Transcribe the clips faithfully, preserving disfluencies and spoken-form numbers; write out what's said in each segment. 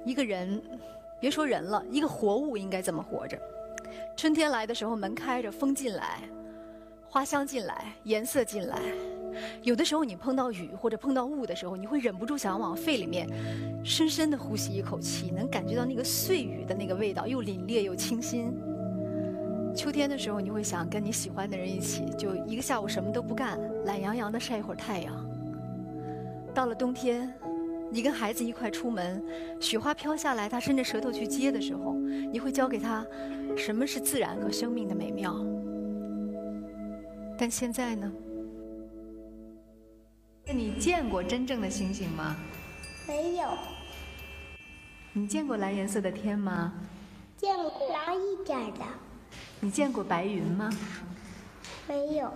一个人，别说人了，一个活物应该怎么活着。春天来的时候，门开着，风进来，花香进来，颜色进来。有的时候你碰到雨或者碰到雾的时候，你会忍不住想往肺里面深深的呼吸一口气，能感觉到那个碎雨的那个味道，又凛冽又清新。秋天的时候，你会想跟你喜欢的人一起，就一个下午什么都不干，懒洋洋的晒一会儿太阳。到了冬天，你跟孩子一块出门，雪花飘下来，他伸着舌头去接的时候，你会教给他什么是自然和生命的美妙。但现在呢？你见过真正的星星吗？ 没有。 你见过蓝颜色的天吗？ 见过蓝一点的。 你见过白云吗？ 没有。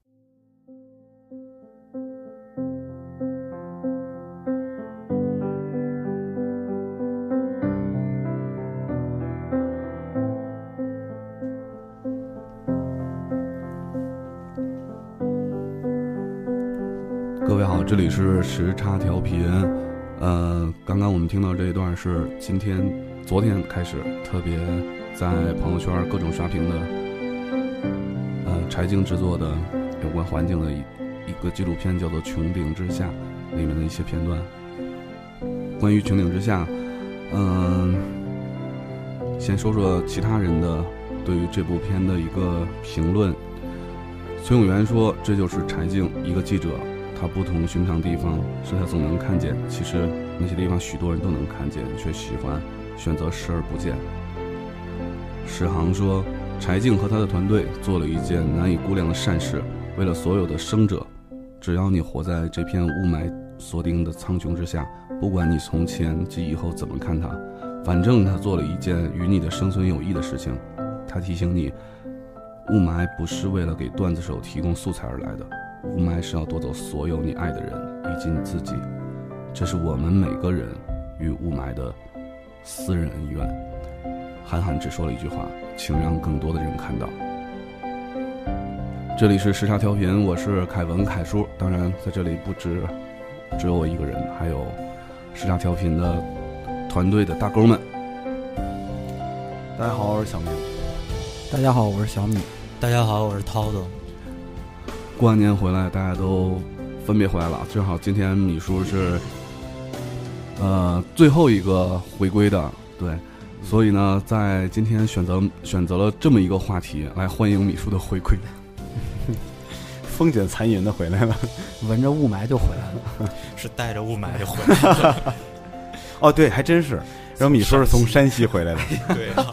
各位好，这里是时差调频。呃，刚刚我们听到这一段是今天、昨天开始特别在朋友圈各种刷屏的，呃，柴静制作的有关环境的一一个纪录片，叫做《穹顶之下》里面的一些片段。关于穹顶之下，嗯、呃，先说说其他人的对于这部片的一个评论。崔永元说，这就是柴静一个记者。他不同寻常地方是他总能看见，其实那些地方许多人都能看见，却喜欢选择视而不见。史航说，柴静和他的团队做了一件难以估量的善事，为了所有的生者，只要你活在这片雾霾锁定的苍穹之下，不管你从前及以后怎么看他，反正他做了一件与你的生存有益的事情。他提醒你，雾霾不是为了给段子手提供素材而来的，雾霾是要夺走所有你爱的人以及你自己，这是我们每个人与雾霾的私人恩怨。韩寒只说了一句话，请让更多的人看到。这里是时差调频，我是凯文凯叔。当然在这里不止只有我一个人，还有时差调频的团队的大钩们。 大家好，我是小明。 大家好，我是小米。 大家好，我是涛子。 过完年回来，大家都分别回来了。正好今天米叔是，呃，最后一个回归的，对，所以呢，在今天选择选择了这么一个话题来欢迎米叔的回归。 风卷残云的回来了， 闻着雾霾就回来了， 是带着雾霾就回来了。 哦，对，还真是。然后米叔是从山西回来的。 对啊。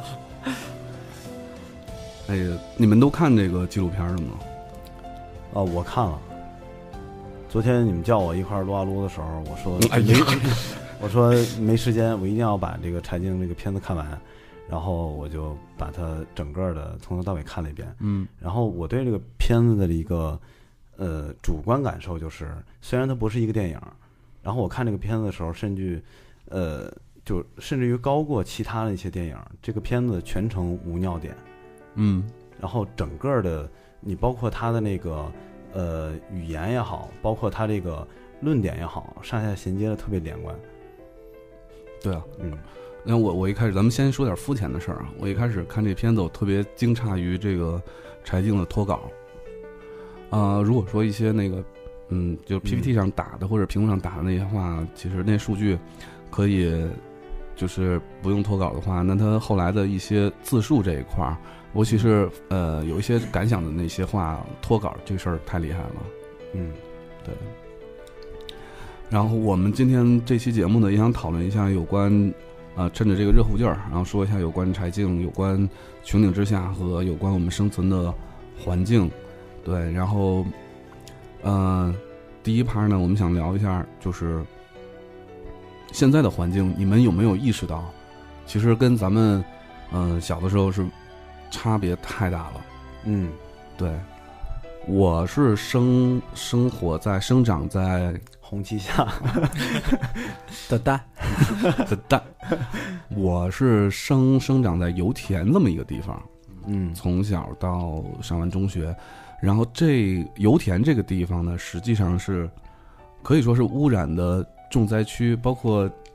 哎呀，你们都看这个纪录片了吗？ 哦，我看了。昨天你们叫我一块儿撸啊撸的时候，我说， 哎呀， 我说没时间，我一定要把这个柴静这个片子看完，然后我就把它整个的从头到尾看了一遍。 嗯， 然后我对这个片子的一个呃主观感受就是，虽然它不是一个电影，然后我看这个片子的时候，甚至呃就甚至于高过其他的一些电影。这个片子全程无尿点， 嗯， 然后整个的。你包括他的那个呃语言也好，包括他这个论点也好，上下衔接的特别连贯。 对啊， 嗯， 那我我一开始咱们先说点肤浅的事儿啊。我一开始看这片子，我特别惊诧于这个柴静的脱稿。啊、呃，如果说一些那个嗯，就 P P T 上打的、嗯、或者屏幕上打的那些话，其实那数据可以就是不用脱稿的话，那他后来的一些字数这一块儿。尤其是呃有一些感想的那些话脱稿，这事儿太厉害了。 嗯， 对。然后我们今天这期节目呢，也想讨论一下有关啊、呃，趁着这个热乎劲儿，然后说一下有关柴静、有关穹顶之下和有关我们生存的环境。对，然后呃第一趴呢，我们想聊一下就是现在的环境，你们有没有意识到，其实跟咱们嗯、呃、小的时候是差别太大了。 嗯， 对，我是生生活在生长在红旗下的蛋的蛋，我是生生长在油田这么一个地方。 嗯， 从小到上完中学，然后这油田这个地方呢，实际上是可以说是污染的重灾区，包括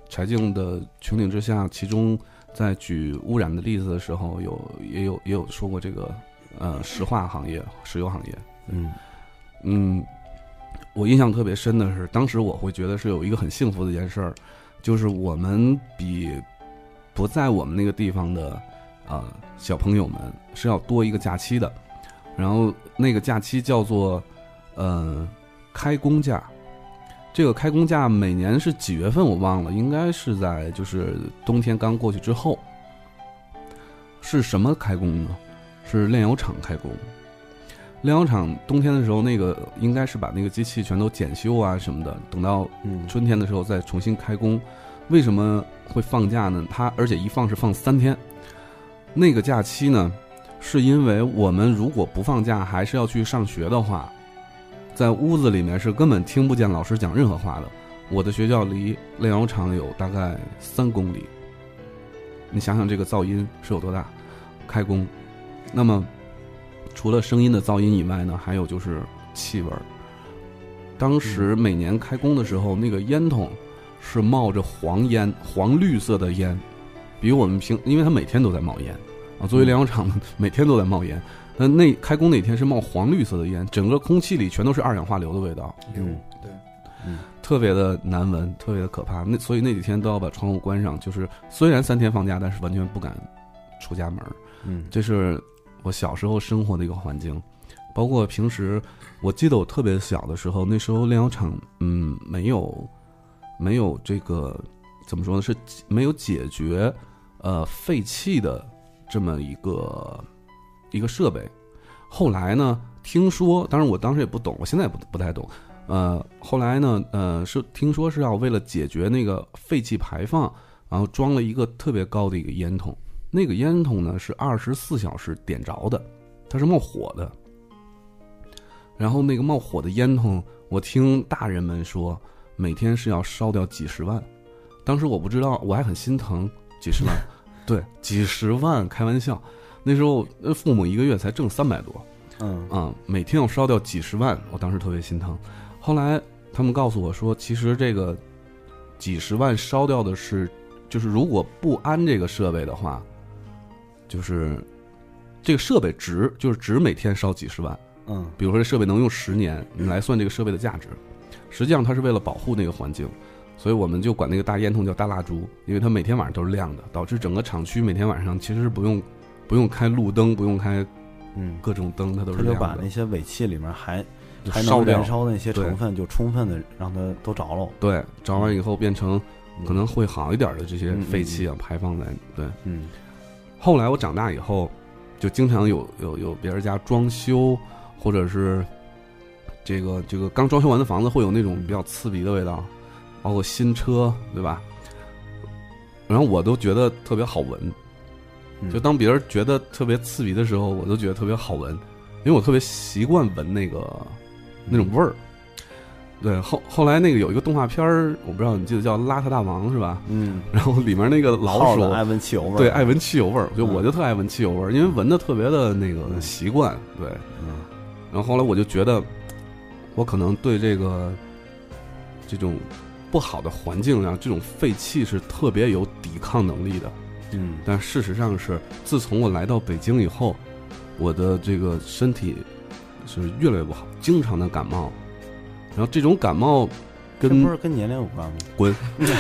柴静的穹顶之下，其中在举污染的例子的时候，有也有也有说过这个呃石化行业、石油行业。 嗯嗯，我印象特别深的是，当时我会觉得是有一个很幸福的一件事儿，就是我们比不在我们那个地方的呃小朋友们是要多一个假期的，然后那个假期叫做呃开工假。这个开工假每年是几月份我忘了，应该是在就是冬天刚过去之后。是什么开工呢？是炼油厂开工。炼油厂冬天的时候，那个应该是把那个机器全都检修啊什么的，等到春天的时候再重新开工。为什么会放假呢？它而且一放是放三天。那个假期呢，是因为我们如果不放假还是要去上学的话，在屋子里面是根本听不见老师讲任何话的。我的学校离炼油厂有大概三公里，你想想这个噪音是有多大。开工，那么除了声音的噪音以外呢，还有就是气味。当时每年开工的时候，那个烟筒是冒着黄烟，黄绿色的烟，比我们平，因为它每天都在冒烟啊。作为炼油厂，每天都在冒烟。那那开工那天是冒黄绿色的烟，整个空气里全都是二氧化硫的味道。 嗯， 对， 嗯， 特别的难闻，特别的可怕。那所以那几天都要把窗户关上，就是虽然三天放假，但是完全不敢出家门。 嗯， 这是我小时候生活的一个环境。包括平时，我记得我特别小的时候，那时候炼油厂嗯没有没有这个怎么说呢，是没有解决呃废气的这么一个一个设备。后来呢，听说，当然我当时也不懂，我现在也不不太懂。呃，后来呢，呃，是听说是要为了解决那个废气排放，然后装了一个特别高的一个烟筒。那个烟筒呢是二十四小时点着的，它是冒火的。然后那个冒火的烟筒，我听大人们说，每天是要烧掉几十万。当时我不知道，我还很心疼，几十万，对，几十万，开玩笑。那时候父母一个月才挣三百多， 嗯啊，每天要烧掉几十万，我当时特别心疼。后来他们告诉我说，其实这个几十万烧掉的是，就是如果不安这个设备的话，就是这个设备值，就是值每天烧几十万。 嗯， 比如说这设备能用十年，你来算这个设备的价值。实际上它是为了保护那个环境，所以我们就管那个大烟筒叫大蜡烛，因为它每天晚上都是亮的，导致整个厂区每天晚上其实是不用不用开路灯，不用开嗯各种灯，它都是亮的。 它就把那些尾气里面还还烧掉能燃烧的那些成分，就充分的让它都着了。 对，着完以后变成可能会好一点的这些废气啊、 嗯、 排放在对。 嗯。 后来我长大以后，就经常有有有别人家装修，或者是这个这个刚装修完的房子会有那种比较刺鼻的味道，包括新车，对吧？然后我都觉得特别好闻。就当别人觉得特别刺鼻的时候，我都觉得特别好闻，因为我特别习惯闻那个那种味儿。对，后后来那个有一个动画片儿，我不知道你记得叫《邋遢大王》是吧？ 嗯， 然后里面那个老鼠爱闻汽油味儿， 对，爱闻汽油味儿，就我就特爱闻汽油味儿，因为闻的特别的那个习惯。对， 嗯， 然后后来我就觉得，我可能对这个这种不好的环境啊，这种废气是特别有抵抗能力的。 嗯， 但事实上是，自从我来到北京以后，我的这个身体是越来越不好，经常的感冒。然后这种感冒跟这不是跟年龄有关吗？ 滚！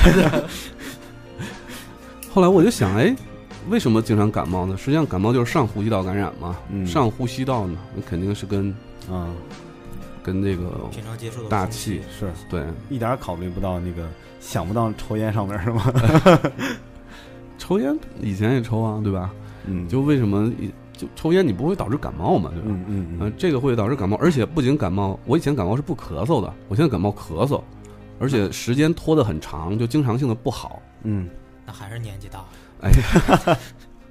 后来我就想，哎，为什么经常感冒呢？实际上感冒就是上呼吸道感染嘛。 嗯、 上呼吸道呢，那肯定是跟啊、嗯、 跟这个平常接触的大气是对， 一点考虑不到那个想不到抽烟上面是吗？ 抽烟以前也抽啊，对吧？ 嗯， 就为什么就抽烟你不会导致感冒嘛，对吧？ 嗯嗯嗯、 呃，这个会导致感冒，而且不仅感冒，我以前感冒是不咳嗽的，我现在感冒咳嗽，而且时间拖得很长，就经常性的不好。 嗯， 那还是年纪大了。 哎，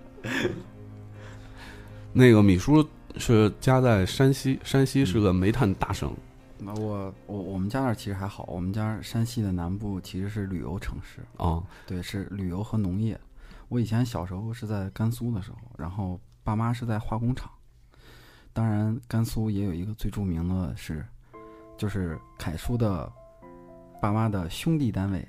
那个米叔是家在山西，山西是个煤炭大省。 那、嗯、我我我们家那儿其实还好，我们家山西的南部其实是旅游城市哦， 对，是旅游和农业。我以前小时候是在甘肃的时候，然后爸妈是在化工厂。当然，甘肃也有一个最著名的是，就是凯叔的爸妈的兄弟单位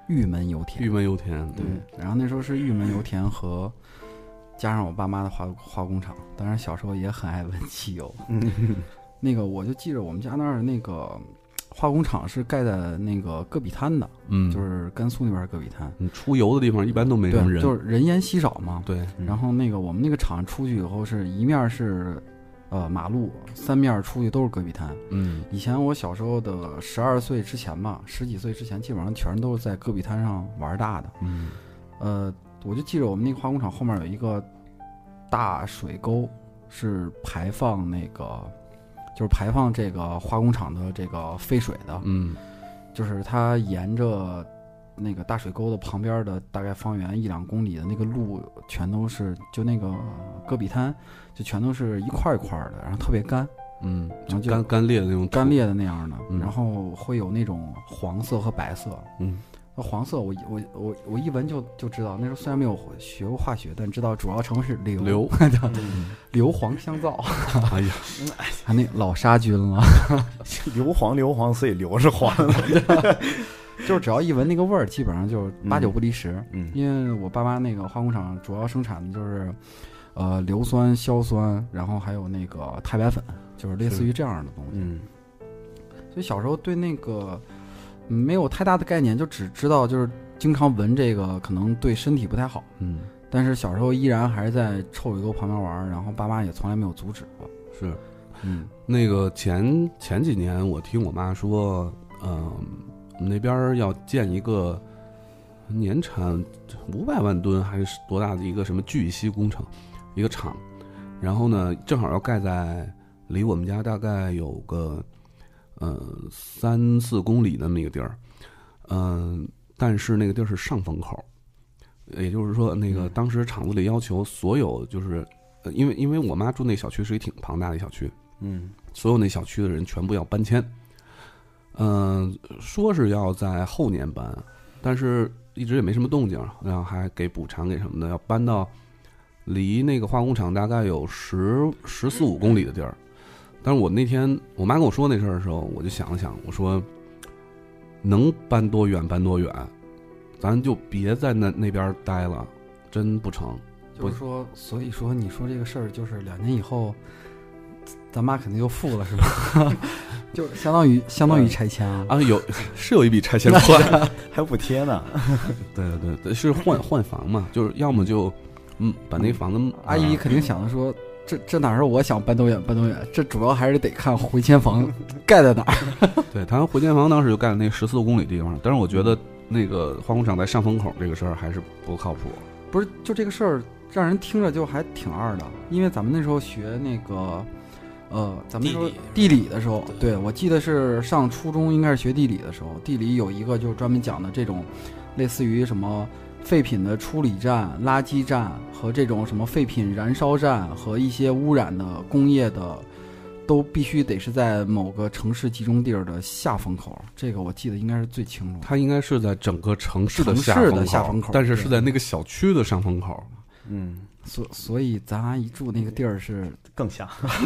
玉门油田。 玉门油田， 对，然后那时候是玉门油田和加上我爸妈的化化工厂，当然小时候也很爱闻汽油。 嗯， 那个我就记着我们家那儿那个化工厂是盖在那个戈壁滩的， 嗯， 就是甘肃那边戈壁滩。 你出油的地方一般都没什么人， 就是人烟稀少嘛。 对， 然后那个我们那个厂出去以后是一面是呃马路，三面出去都是戈壁滩。 嗯， 以前我小时候的十二岁之前吧，十几岁之前基本上全都是在戈壁滩上玩大的。 嗯， 呃，我就记着我们那个化工厂后面有一个大水沟，是排放那个就是排放这个化工厂的这个废水的。 嗯， 就是它沿着那个大水沟的旁边的大概方圆一两公里的那个路，全都是就那个戈壁滩，就全都是一块一块的，然后特别干， 嗯， 然后就干干裂的那种干裂的那样的， 嗯然后会有那种黄色和白色。 嗯， 那黄色我我我我一闻就就知道，那时候虽然没有学过化学，但知道主要成分是硫， 硫硫磺香皂。 哎呀， 还那老杀菌了， 硫磺硫磺，所以硫是黄的。 就是只要一闻那个味儿，基本上就八九不离十。 嗯， 因为我爸妈那个化工厂主要生产的就是呃硫酸、硝酸，然后还有那个钛白粉，就是类似于这样的东西。 嗯， 所以小时候对那个没有太大的概念，就只知道就是经常闻这个可能对身体不太好。 嗯， 但是小时候依然还是在臭水沟旁边玩，然后爸妈也从来没有阻止过。 是， 嗯， 那个前前几年我听我妈说，嗯、呃，我们那边要建一个年产五百万吨还是多大的一个什么聚乙烯工程，一个厂，然后呢，正好要盖在离我们家大概有个呃三四公里的那么一个地儿，嗯、呃，但是那个地儿是上风口，也就是说，那个当时厂子里要求所有就是，呃、因为因为我妈住那小区是一挺庞大的小区， 嗯， 所有那小区的人全部要搬迁，嗯、呃，说是要在后年搬，但是一直也没什么动静，然后还给补偿给什么的，要搬到离那个化工厂大概有十十四五公里的地儿。但是我那天我妈跟我说那事儿的时候，我就想了想，我说能搬多远搬多远，咱就别在那那边待了，真不成。 就是说，所以说你说这个事儿，就是两年以后，咱妈肯定就付了，是吧？就相当于相当于拆迁了啊，有是有一笔拆迁款， 还有补贴呢。 对对对，是换换房嘛，就是要么就嗯把那房子， 阿姨肯定想着说，这这哪是我想搬多远搬多远，这主要还是得看回迁房盖在哪儿。 对，他回迁房当时就盖在那十四公里地方，但是我觉得那个化工厂在上风口这个事儿还是不靠谱。 不是，就这个事儿让人听着就还挺二的，因为咱们那时候学那个。呃，咱们那时候地理的时候，对，我记得是上初中应该是学地理的时候，地理有一个就是专门讲的这种，类似于什么废品的处理站、垃圾站和这种什么废品燃烧站和一些污染的工业的，都必须得是在某个城市集中地儿的下风口。这个我记得应该是最清楚。 它应该是在整个城市的下风口，下风口， 但是是在那个小区的上风口。 嗯。 所所以咱阿姨住那个地儿是更下，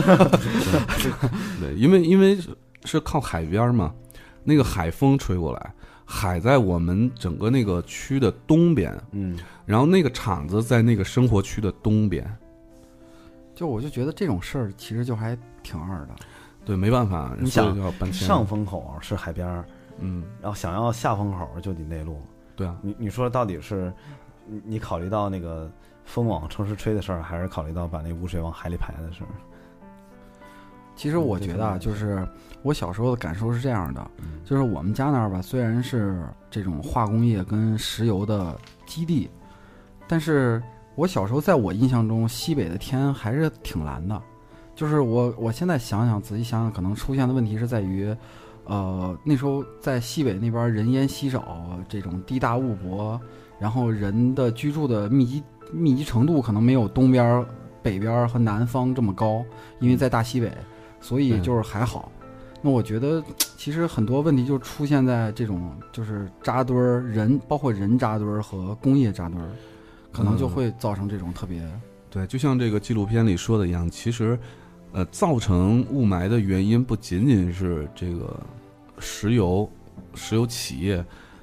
对，因为因为是靠海边嘛，那个海风吹过来，海在我们整个那个区的东边， 嗯， 然后那个厂子在那个生活区的东边， 就我就觉得这种事儿其实就还挺二的， 对，没办法， 你想要搬迁， 上风口是海边， 嗯， 然后想要下风口就得内陆， 对啊， 你你说到底是你你考虑到那个风往城市吹的事儿，还是考虑到把那污水往海里排的事儿？ 其实我觉得啊，就是我小时候的感受是这样的，就是我们家那儿吧，虽然是这种化工业跟石油的基地，但是我小时候在我印象中，西北的天还是挺蓝的。就是我我现在想想，仔细想想，可能出现的问题是在于，呃，那时候在西北那边人烟稀少，这种地大物博，然后人的居住的密集。密集程度可能没有东边、北边和南方这么高，因为在大西北，所以就是还好。嗯、那我觉得其实很多问题就出现在这种就是扎堆儿人，包括人扎堆儿和工业扎堆儿，可能就会造成这种特别、嗯、 对，就像这个纪录片里说的一样，其实呃造成雾霾的原因不仅仅是这个石油石油企业。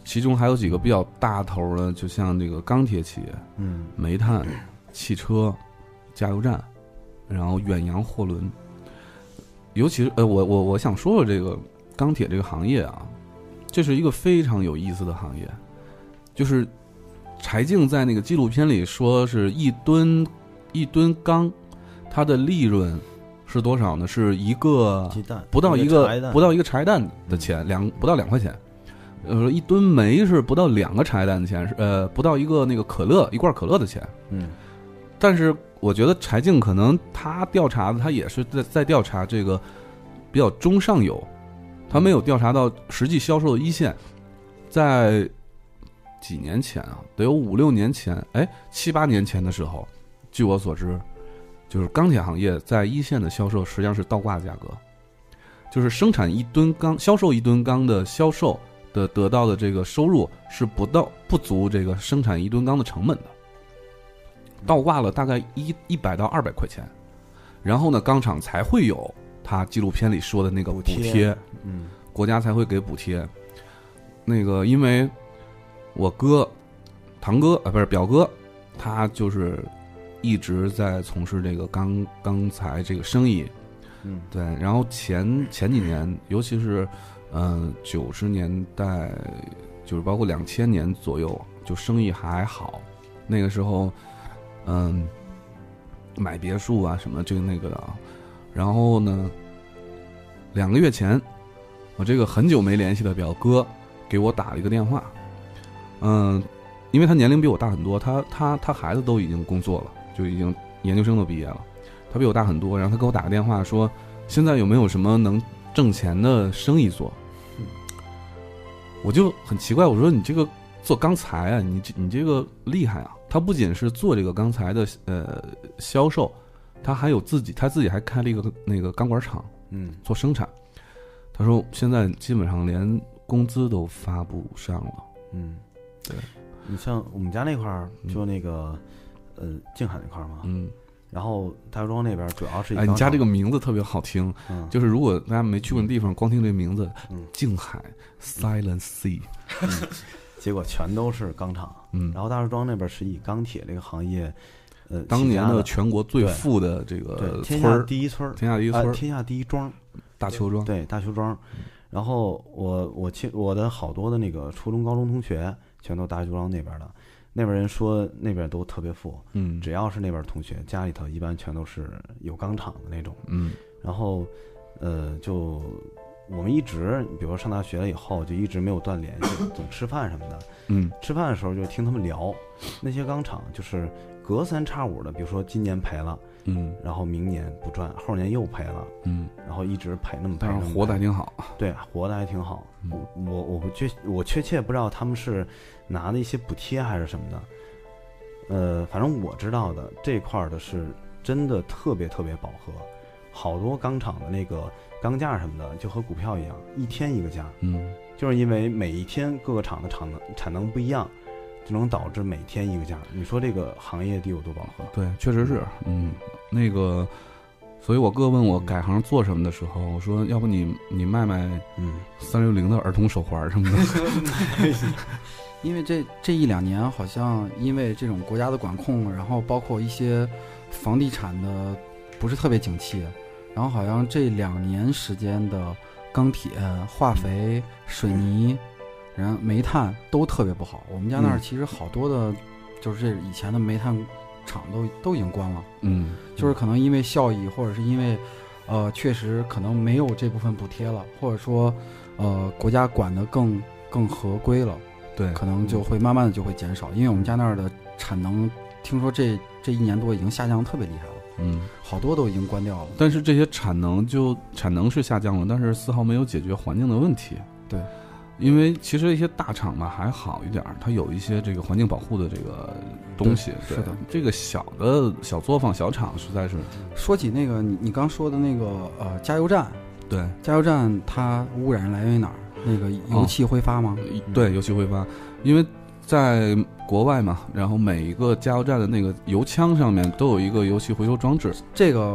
其中还有几个比较大头的，就像这个钢铁企业、 嗯， 煤炭、汽车、加油站，然后远洋货轮。尤其是呃，我我我想说说这个钢铁这个行业啊，这是一个非常有意思的行业。就是柴静在那个纪录片里说，是一吨一吨钢，它的利润是多少呢？是一个鸡蛋不到一个一个不到一个茶叶蛋的钱，两不到两块钱。呃，一吨煤是不到两个茶叶蛋的钱，是呃不到一个那个可乐一罐可乐的钱。 嗯， 但是我觉得柴静可能他调查的，他也是在在调查这个比较中上游，他没有调查到实际销售的一线。在几年前啊，得有五六年前，哎，七八年前的时候，据我所知，就是钢铁行业在一线的销售实际上是倒挂价格，就是生产一吨钢、销售一吨钢的销售的得到的这个收入是不到不足这个生产一吨钢的成本的，倒挂了大概一一百到二百块钱，然后呢，钢厂才会有他纪录片里说的那个补贴， 补贴嗯， 国家才会给补贴。那个因为我哥、堂哥啊，不是表哥，他就是一直在从事这个钢钢材这个生意， 嗯， 对。然后前前几年，尤其是嗯九十年代，就是包括两千年左右，就生意还好。那个时候，嗯，买别墅啊什么这个那个的啊。然后呢，两个月前，我这个很久没联系的表哥给我打了一个电话。嗯，因为他年龄比我大很多，他他他孩子都已经工作了，就已经研究生都毕业了，他比我大很多。然后他给我打个电话说，现在有没有什么能挣钱的生意做？ 嗯、 我就很奇怪，我说你这个做钢材啊，你你这个厉害啊！他不仅是做这个钢材的呃销售，他还有自己他自己还开了一个那个钢管厂， 嗯， 做生产。他说现在基本上连工资都发不上了， 嗯。 对， 你像我们家那块儿，就那个、嗯、呃静海那块儿嘛， 嗯， 然后大家庄那边主要是以哎，你家这个名字特别好听， 嗯， 就是如果大家没去过的地方，光听这名字， 嗯， 静海 Silent Sea， 嗯，结果全都是钢厂， 嗯， 然后大石庄那边是以钢铁这个行业，呃， 当年的全国最富的这个天下第一村， 天下第一村、 呃，天下第一庄， 大邱庄， 对，大邱庄。然后我我亲我的好多的那个初中高中同学。全都大邱庄那边的，那边人说那边都特别富， 嗯， 只要是那边同学家里头一般全都是有钢厂的那种， 嗯， 然后，呃，就我们一直，比如说上大学了以后，就一直没有断联系，总吃饭什么的， 嗯， 吃饭的时候就听他们聊那些钢厂，就是隔三差五的，比如说今年赔了， 嗯， 然后明年不赚，后年又赔了， 嗯， 然后一直赔那么赔， 但是活得还挺好， 对，活得还挺好。 嗯、 我我我不确我确切不知道他们是拿的一些补贴还是什么的，呃，反正我知道的这块的是真的特别特别饱和，好多钢厂的那个钢价什么的就和股票一样，一天一个价， 嗯， 就是因为每一天各个厂的产能产能不一样。就能导致每天一个价，你说这个行业得有多饱和？ 对，确实是，嗯，那个，所以我哥问我改行做什么的时候，我说要不你你卖卖，嗯，三六零的儿童手环什么的。 因为这这一两年好像因为这种国家的管控，然后包括一些房地产的不是特别景气，然后好像这两年时间的钢铁、化肥、水泥。然后煤炭都特别不好，我们家那儿其实好多的，就是这以前的煤炭厂都都已经关了， 嗯， 就是可能因为效益，或者是因为，呃，确实可能没有这部分补贴了，或者说，呃，国家管得更更合规了， 对， 可能就会慢慢的就会减少，因为我们家那儿的产能，听说这这一年多已经下降得特别厉害了， 嗯， 好多都已经关掉了。 但是这些产能就产能是下降了，但是丝毫没有解决环境的问题， 对。 因为其实一些大厂吧还好一点，它有一些这个环境保护的这个东西。 是的， 这个小的小作坊、小厂实在是。 说起那个你你刚说的那个呃加油站， 对， 加油站它污染来源于哪儿？那个油气挥发吗？ 哦、对，油气挥发，因为在国外嘛，然后每一个加油站的那个油枪上面都有一个油气回收装置。 这个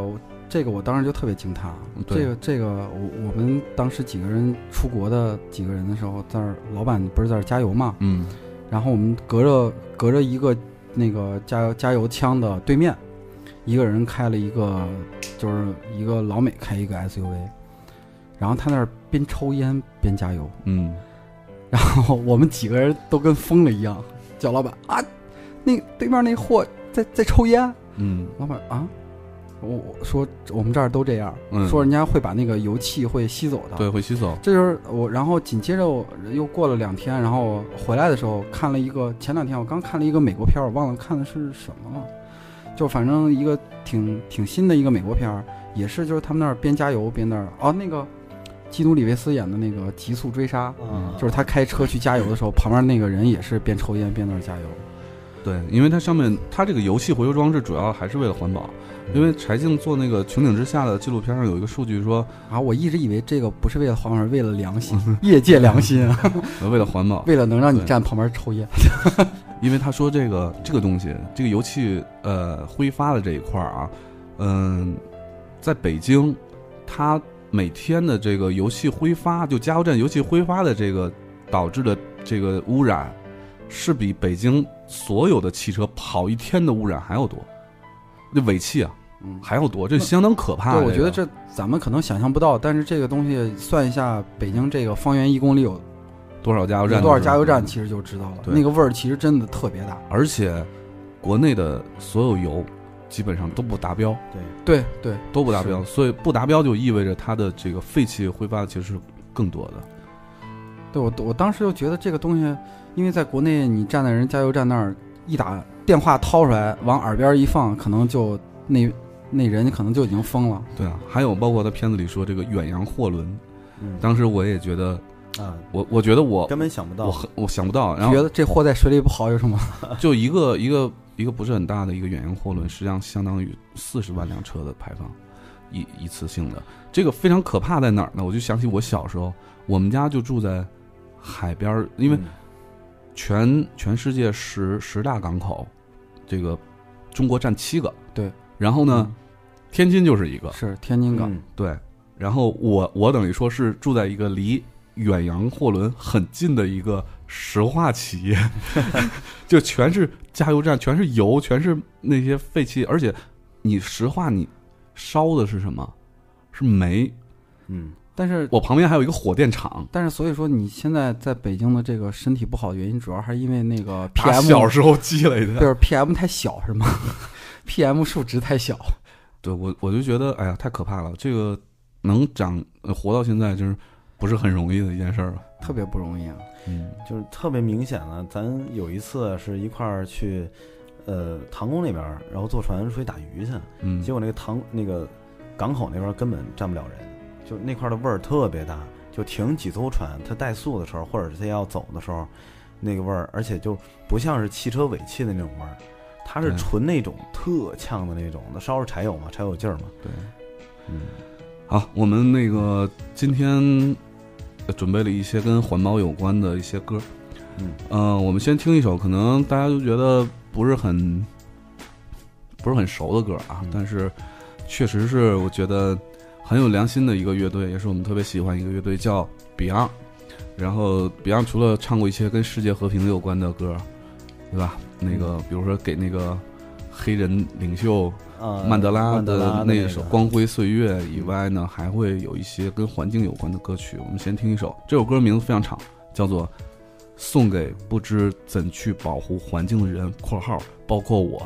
这个我当时就特别惊叹啊！这个这个，我我们当时几个人出国的几个人的时候，在这儿老板不是在这儿加油嘛， 嗯， 然后我们隔着隔着一个那个加油加油枪的对面，一个人开了一个，就是一个老美开一个 S U V， 然后他那儿边抽烟边加油， 嗯， 然后我们几个人都跟疯了一样，叫老板啊，那对面那货在在抽烟， 嗯， 老板啊。我我说我们这儿都这样， 嗯、 说人家会把那个油气会吸走的， 对，会吸走。 这就是我，然后紧接着我又过了两天，然后回来的时候看了一个，前两天我刚看了一个美国片，我忘了看的是什么了，就反正一个挺挺新的一个美国片，也是就是他们那儿边加油边那儿哦那个基努里维斯演的那个《极速追杀》， 嗯， 就是他开车去加油的时候，旁边那个人也是边抽烟边那儿加油。 对，因为它上面它这个油气回收装置主要还是为了环保。因为柴静做那个穹顶之下的纪录片上有一个数据说啊，我一直以为这个不是为了环保，是为了良心，业界良心啊， 为了环保， 为了能让你站旁边抽烟。 因为他说这个这个东西，这个油气呃挥发的这一块啊，嗯、呃，在北京，它每天的这个油气挥发，就加油站油气挥发的这个导致的这个污染，是比北京所有的汽车跑一天的污染还要多。这尾气啊，嗯，还要多，这相当可怕。 对，我觉得这咱们可能想象不到，但是这个东西算一下，北京这个方圆一公里有多少加油站？ 有多少加油站，其实就知道了。那个味儿其实真的特别大， 而且国内的所有油基本上都不达标。 对对对， 都不达标，所以不达标就意味着它的这个废气挥发其实是更多的。 对，我我当时就觉得这个东西，因为在国内你站在人加油站那儿一打电话掏出来往耳边一放，可能就那那人可能就已经疯了。 对啊，还有包括他片子里说这个远洋货轮，嗯，当时我也觉得啊，我我觉得我根本想不到， 我很我想不到，然后觉得这货在水里不好有什么？ 就一个一个一个不是很大的一个远洋货轮，实际上相当于四十万辆车的排放，一一次性的，这个非常可怕在哪儿呢？我就想起我小时候，我们家就住在海边，因为全全世界十十大港口。这个中国占七个， 对， 然后呢，嗯、天津就是一个， 是天津港， 嗯、对，然后我我等于说是住在一个离远洋货轮很近的一个石化企业，就全是加油站，全是油，全是那些废气，而且你石化你烧的是什么？是煤， 嗯。但是我旁边还有一个火电厂， 但是所以说你现在在北京的这个身体不好的原因，主要还是因为那个 P M 小时候积累的， 就是 P M 太小是吗？P M 数值太小。 对，我我就觉得，哎呀，太可怕了！这个能长活到现在，就是不是很容易的一件事儿， 特别不容易啊。 嗯，就是特别明显的，咱有一次是一块儿去，呃，唐宫那边，然后坐船出去打鱼去，嗯，结果那个唐那个港口那边根本站不了人。就那块的味儿特别大，就停几艘船，它怠速的时候，或者是它要走的时候，那个味儿，而且就不像是汽车尾气的那种味儿，它是纯那种特呛的那种。那烧着柴油嘛，柴油劲儿嘛。 对，嗯，好，我们那个今天准备了一些跟环保有关的一些歌，嗯，呃，我们先听一首，可能大家都觉得不是很不是很熟的歌啊，嗯、但是确实是我觉得。很有良心的一个乐队，也是我们特别喜欢一个乐队，叫 Beyond。然后 Beyond 除了唱过一些跟世界和平有关的歌，对吧？那个比如说给那个黑人领袖曼德拉的那首《光辉岁月》以外呢，还会有一些跟环境有关的歌曲。我们先听一首，这首歌名字非常长，叫做《送给不知怎去保护环境的人》（括号包括我）。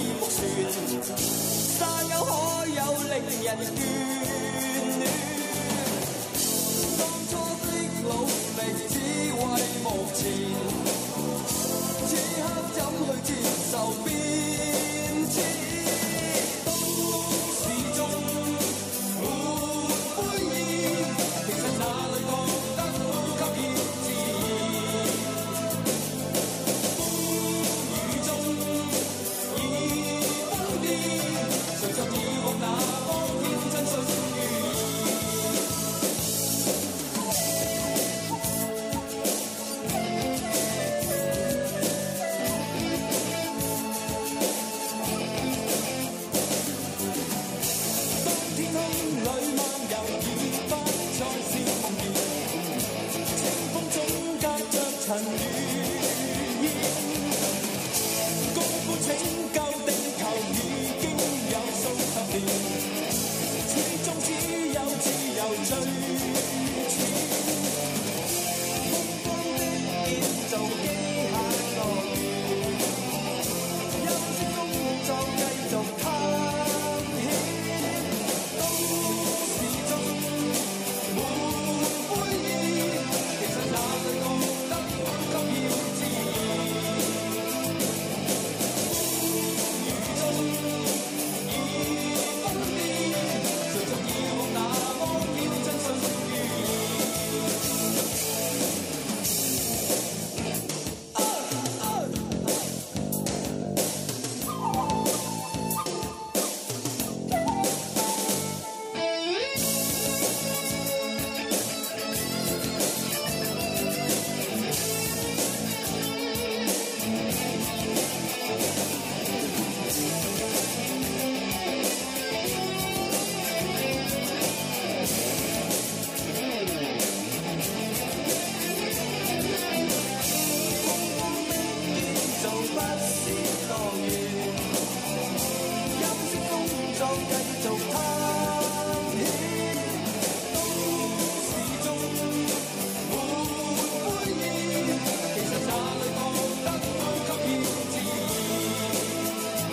山有海有令人眷戀。 壯繼續探險，都市中沒灰煙，其實哪裏覺得都給予自然。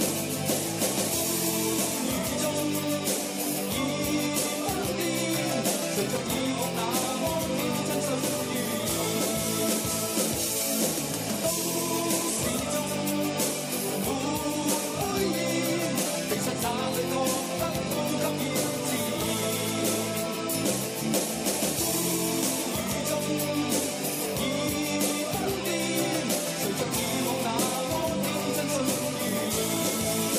風雨中已瘋癲，隨着以往那光景真相如現。都市中沒灰煙，其實哪裏覺得都給予自然。風雨中已瘋癲，隨着以往那光景真相如現。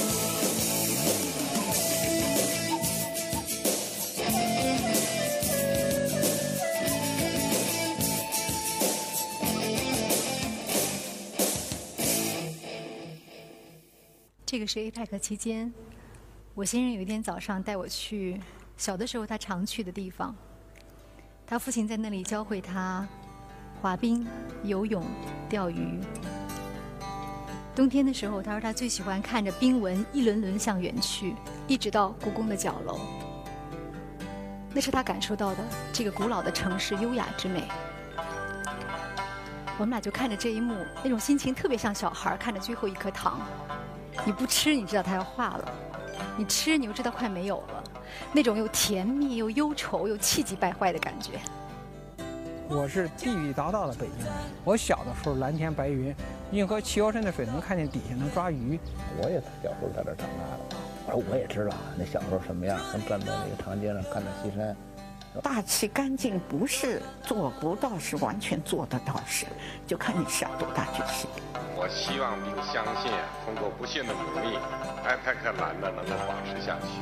这个是 A P E C 期间，我先生有一天早上带我去小的时候他常去的地方。他父亲在那里教会他滑冰、游泳、钓鱼。冬天的时候，他说他最喜欢看着冰纹一轮轮向远去，一直到故宫的角楼。那是他感受到的这个古老的城市优雅之美。我们俩就看着这一幕，那种心情特别像小孩看着最后一颗糖。你不吃，你知道它要化了；你吃，你又知道快没有了。那种又甜蜜又忧愁又气急败坏的感觉。 我是地地道道的北京人。我小的时候蓝天白云，运河齐腰深的水能看见底下能抓鱼。 我也小时候在这长大的，我说我也知道那小时候什么样，能站在那个长街上看着西山。 大气干净不是做不到，是完全做得到事，就看你下多大决心。 我希望并相信，通过不懈的努力 ，A P E C 蓝的能够保持下去。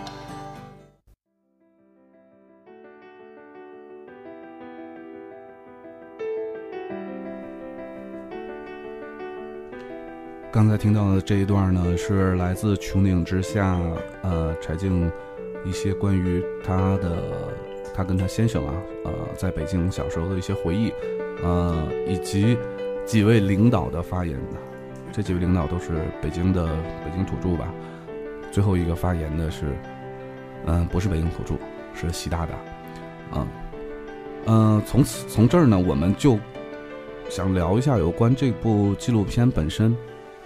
刚才听到的这一段呢，是来自《穹顶之下》呃柴静一些关于他的他跟他先生啊呃在北京小时候的一些回忆，呃以及几位领导的发言。这几位领导都是北京的北京土著吧。最后一个发言的是，嗯、呃，不是北京土著，是习大大。啊，嗯、呃，从此从这儿呢，我们就想聊一下有关这部纪录片本身。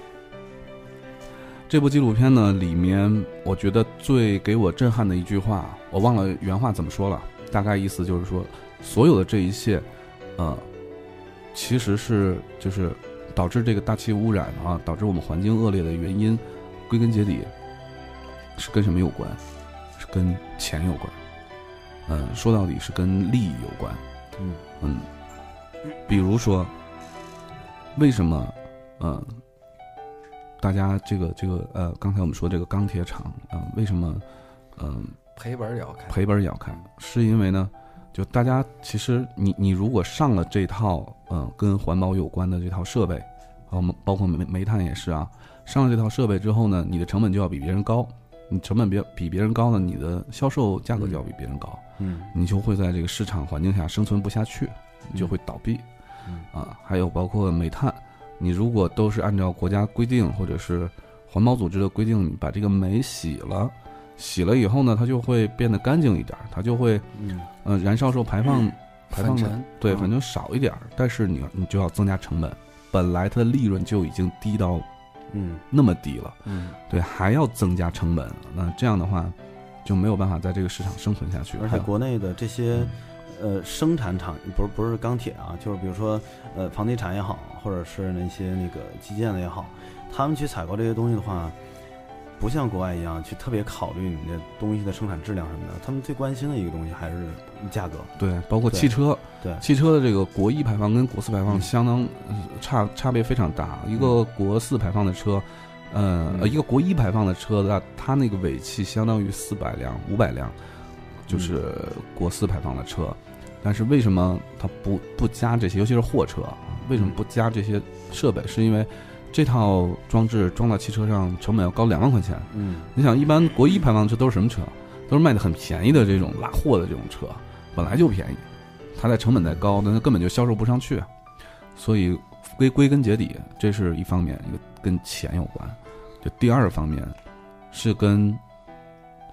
这部纪录片呢，里面我觉得最给我震撼的一句话，我忘了原话怎么说了，大概意思就是说，所有的这一切，呃，其实是就是导致这个大气污染啊，导致我们环境恶劣的原因，归根结底是跟什么有关？是跟钱有关。嗯、呃，说到底是跟利益有关。 嗯嗯，比如说，为什么呃，大家这个这个呃，刚才我们说这个钢铁厂啊、呃，为什么嗯、呃、 赔本也要开？ 赔本也要开，是因为呢，就大家其实你你如果上了这套嗯、呃、跟环保有关的这套设备，我们包括煤煤炭也是啊，上了这套设备之后呢，你的成本就要比别人高，你成本比比别人高呢，你的销售价格就要比别人高， 嗯， 你就会在这个市场环境下生存不下去，你就会倒闭， 嗯啊，还有包括煤炭，你如果都是按照国家规定或者是环保组织的规定，你把这个煤洗了。洗了以后呢，它就会变得干净一点，它就会， 嗯， 呃，燃烧时候排放、嗯、排放的对粉粉尘少一点，但是你你就要增加成本，本来它的利润就已经低到， 嗯， 那么低了， 嗯， 对，还要增加成本，那这样的话就没有办法在这个市场生存下去。 而且国内的这些，呃，生产厂不是不是钢铁啊，就是比如说呃房地产也好，或者是那些那个基建的也好，他们去采购这些东西的话。不像国外一样去特别考虑你的东西的生产质量什么的，他们最关心的一个东西还是价格。 对，包括汽车， 对， 汽车的这个国一排放跟国四排放相当、嗯、差差别非常大。一个国四排放的车，呃， 嗯、 一个国一排放的车的，它那个尾气相当于四百辆、五百辆，就是国四排放的车。但是为什么它不不加这些，尤其是货车，为什么不加这些设备？是因为这套装置装到汽车上成本要高两万块钱。 嗯， 你想一般国一排放车都是什么车？都是卖的很便宜的这种拉货的这种车，本来就便宜，它在成本再高，那它根本就销售不上去。所以归归根结底，这是一方面，一个跟钱有关。就第二个方面是跟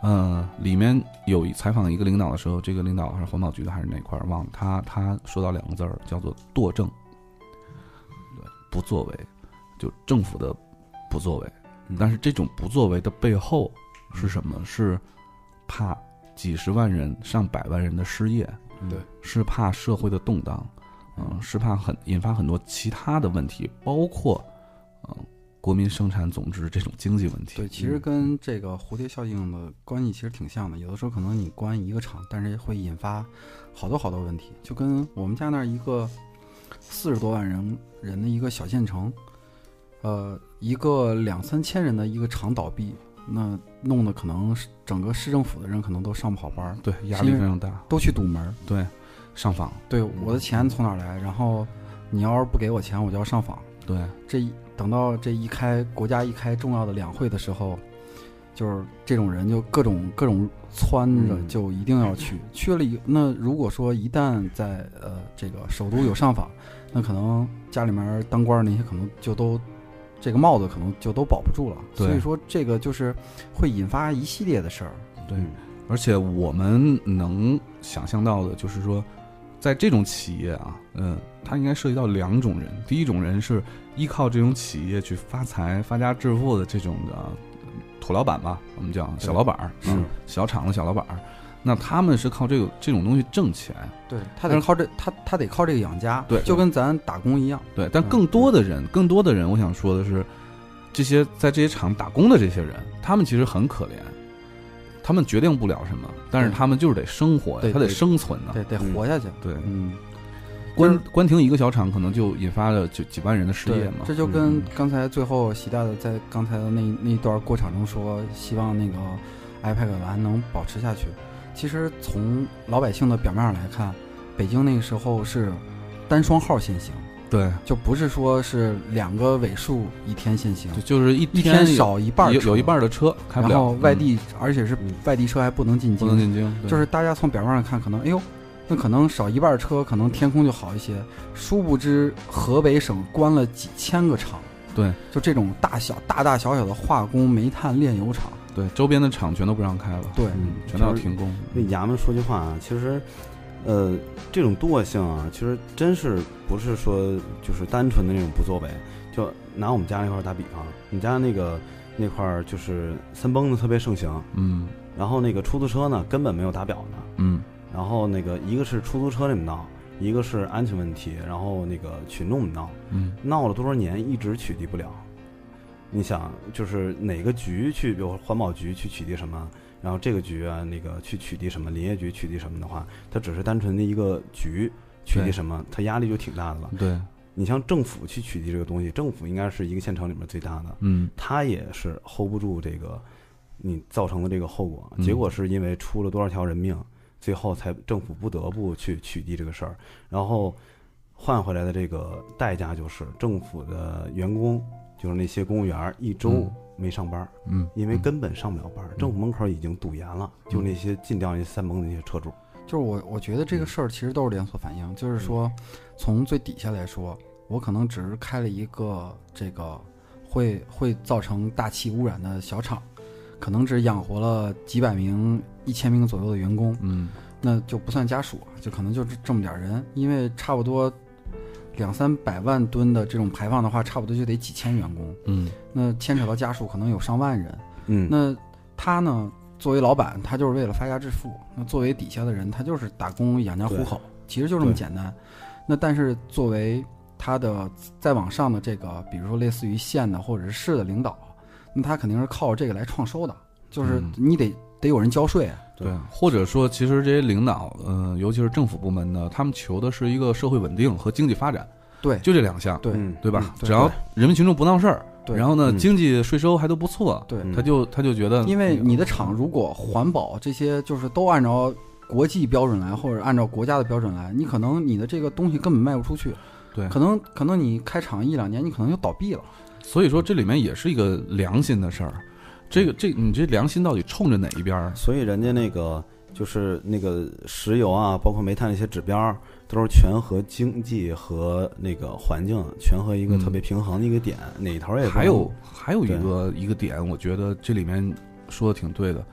呃，里面有采访一个领导的时候，这个领导还是环保局的还是哪块儿忘了，他他说到两个字儿，叫做惰政，不作为，就政府的不作为。但是这种不作为的背后是什么？是怕几十万人、上百万人的失业， 对， 是怕社会的动荡，嗯、呃，是怕很引发很多其他的问题，包括嗯、呃、国民生产总值这种经济问题。 对，其实跟这个蝴蝶效应的关系其实挺像的。有的时候可能你关一个厂，但是会引发好多好多问题，就跟我们家那儿一个四十多万人人的一个小县城。呃，一个两三千人的一个厂倒闭，那弄得可能整个市政府的人可能都上不好班， 对，压力非常大， 都去堵门， 对，上访， 对，我的钱从哪儿来？然后你要是不给我钱，我就要上访， 对， 这一等到这一开国家一开重要的两会的时候，就是这种人就各种各种撺着，就一定要去，嗯、去了以那如果说一旦在呃这个首都有上访，那可能家里面当官那些可能就都。这个帽子可能就都保不住了，所以说这个就是会引发一系列的事儿。 对，而且我们能想象到的就是说，在这种企业啊，嗯，它应该涉及到两种人。第一种人是依靠这种企业去发财、发家致富的这种的土老板吧，我们讲小老板，嗯，小厂的小老板。那他们是靠这个这种东西挣钱， 对他得靠这他他得靠这个养家， 对， 就跟咱打工一样， 对。但更多的人，嗯、更多的人，我想说的是，这些在这些厂打工的这些人，他们其实很可怜，他们决定不了什么，但是他们就是得生活呀，他得生存呢， 对，得活下去， 对， 嗯。 关关停一个小厂，可能就引发了就几万人的失业嘛。 这就跟刚才最后习大大在刚才的那那一段过场中说，希望那个 I P E C 完能保持下去。其实从老百姓的表面上来看，北京那个时候是单双号限行， 对， 就不是说是两个尾数一天限行， 就就是一一天少一半， 有有一半的车开不了， 然后外地、嗯、而且是外地车还不能进京， 不能进京， 就是大家从表面上看，可能哎呦，那可能少一半车，可能天空就好一些。殊不知河北省关了几千个厂， 对， 就这种大小大大小小的化工、煤炭炼油厂。 对，周边的厂全都不让开了， 对， 嗯、全都要停工。 为衙门说句话啊，其实，呃，这种惰性啊，其实真是不是说就是单纯的那种不作为。就拿我们家那块打比方，你家那个那块就是三蹦子特别盛行， 嗯， 然后那个出租车呢根本没有打表的， 嗯， 然后那个一个是出租车那么闹，一个是安全问题，然后那个群众闹， 嗯， 闹了多少年一直取缔不了。你想，就是哪个局去，比如环保局去取缔什么，然后这个局啊，那个去取缔什么，林业局取缔什么的话，它只是单纯的一个局取缔什么，它压力就挺大的了。 对， 你像政府去取缔这个东西，政府应该是一个县城里面最大的， 嗯， 它也是 hold 不住这个你造成的这个后果， 嗯、 结果是因为出了多少条人命，最后才政府不得不去取缔这个事儿，然后换回来的这个代价就是政府的员工。就是那些公务员一周没上班， 嗯， 因为根本上不了班，嗯、政府门口已经堵严了。嗯、就那些禁掉那些三蹦的那些车主， 就是我我觉得这个事儿其实都是连锁反应，嗯、就是说从最底下来说，我可能只是开了一个这个会会造成大气污染的小厂，可能只养活了几百名、一千名左右的员工， 嗯， 那就不算家属，就可能就这么点人，因为差不多。两三百万吨的这种排放的话，差不多就得几千员工， 嗯， 那牵扯到家属可能有上万人， 嗯， 那他呢，作为老板，他就是为了发家致富；那作为底下的人，他就是打工养家糊口，其实就这么简单。那但是作为他的再往上的这个，比如说类似于县的或者是市的领导，那他肯定是靠这个来创收的，就是你得、嗯、得有人交税。 对，或者说，其实这些领导，呃，尤其是政府部门呢，他们求的是一个社会稳定和经济发展， 对， 就这两项， 对， 对吧？ 对， 只要人民群众不闹事儿， 对， 然后呢， 嗯、 经济税收还都不错， 对， 他就他就觉得， 因为你的厂如果环保这些就是都按照国际标准来，或者按照国家的标准来，你可能你的这个东西根本卖不出去， 对， 可能可能你开厂一两年，你可能就倒闭了。 所以说，这里面也是一个良心的事儿，这个这你这良心到底冲着哪一边？ 所以人家那个。就是那个石油啊，包括煤炭那些指标，都是权衡经济和那个环境，权衡一个特别平衡的一个点，嗯、哪头也还有还有一个一个点，我觉得这里面说的挺对的，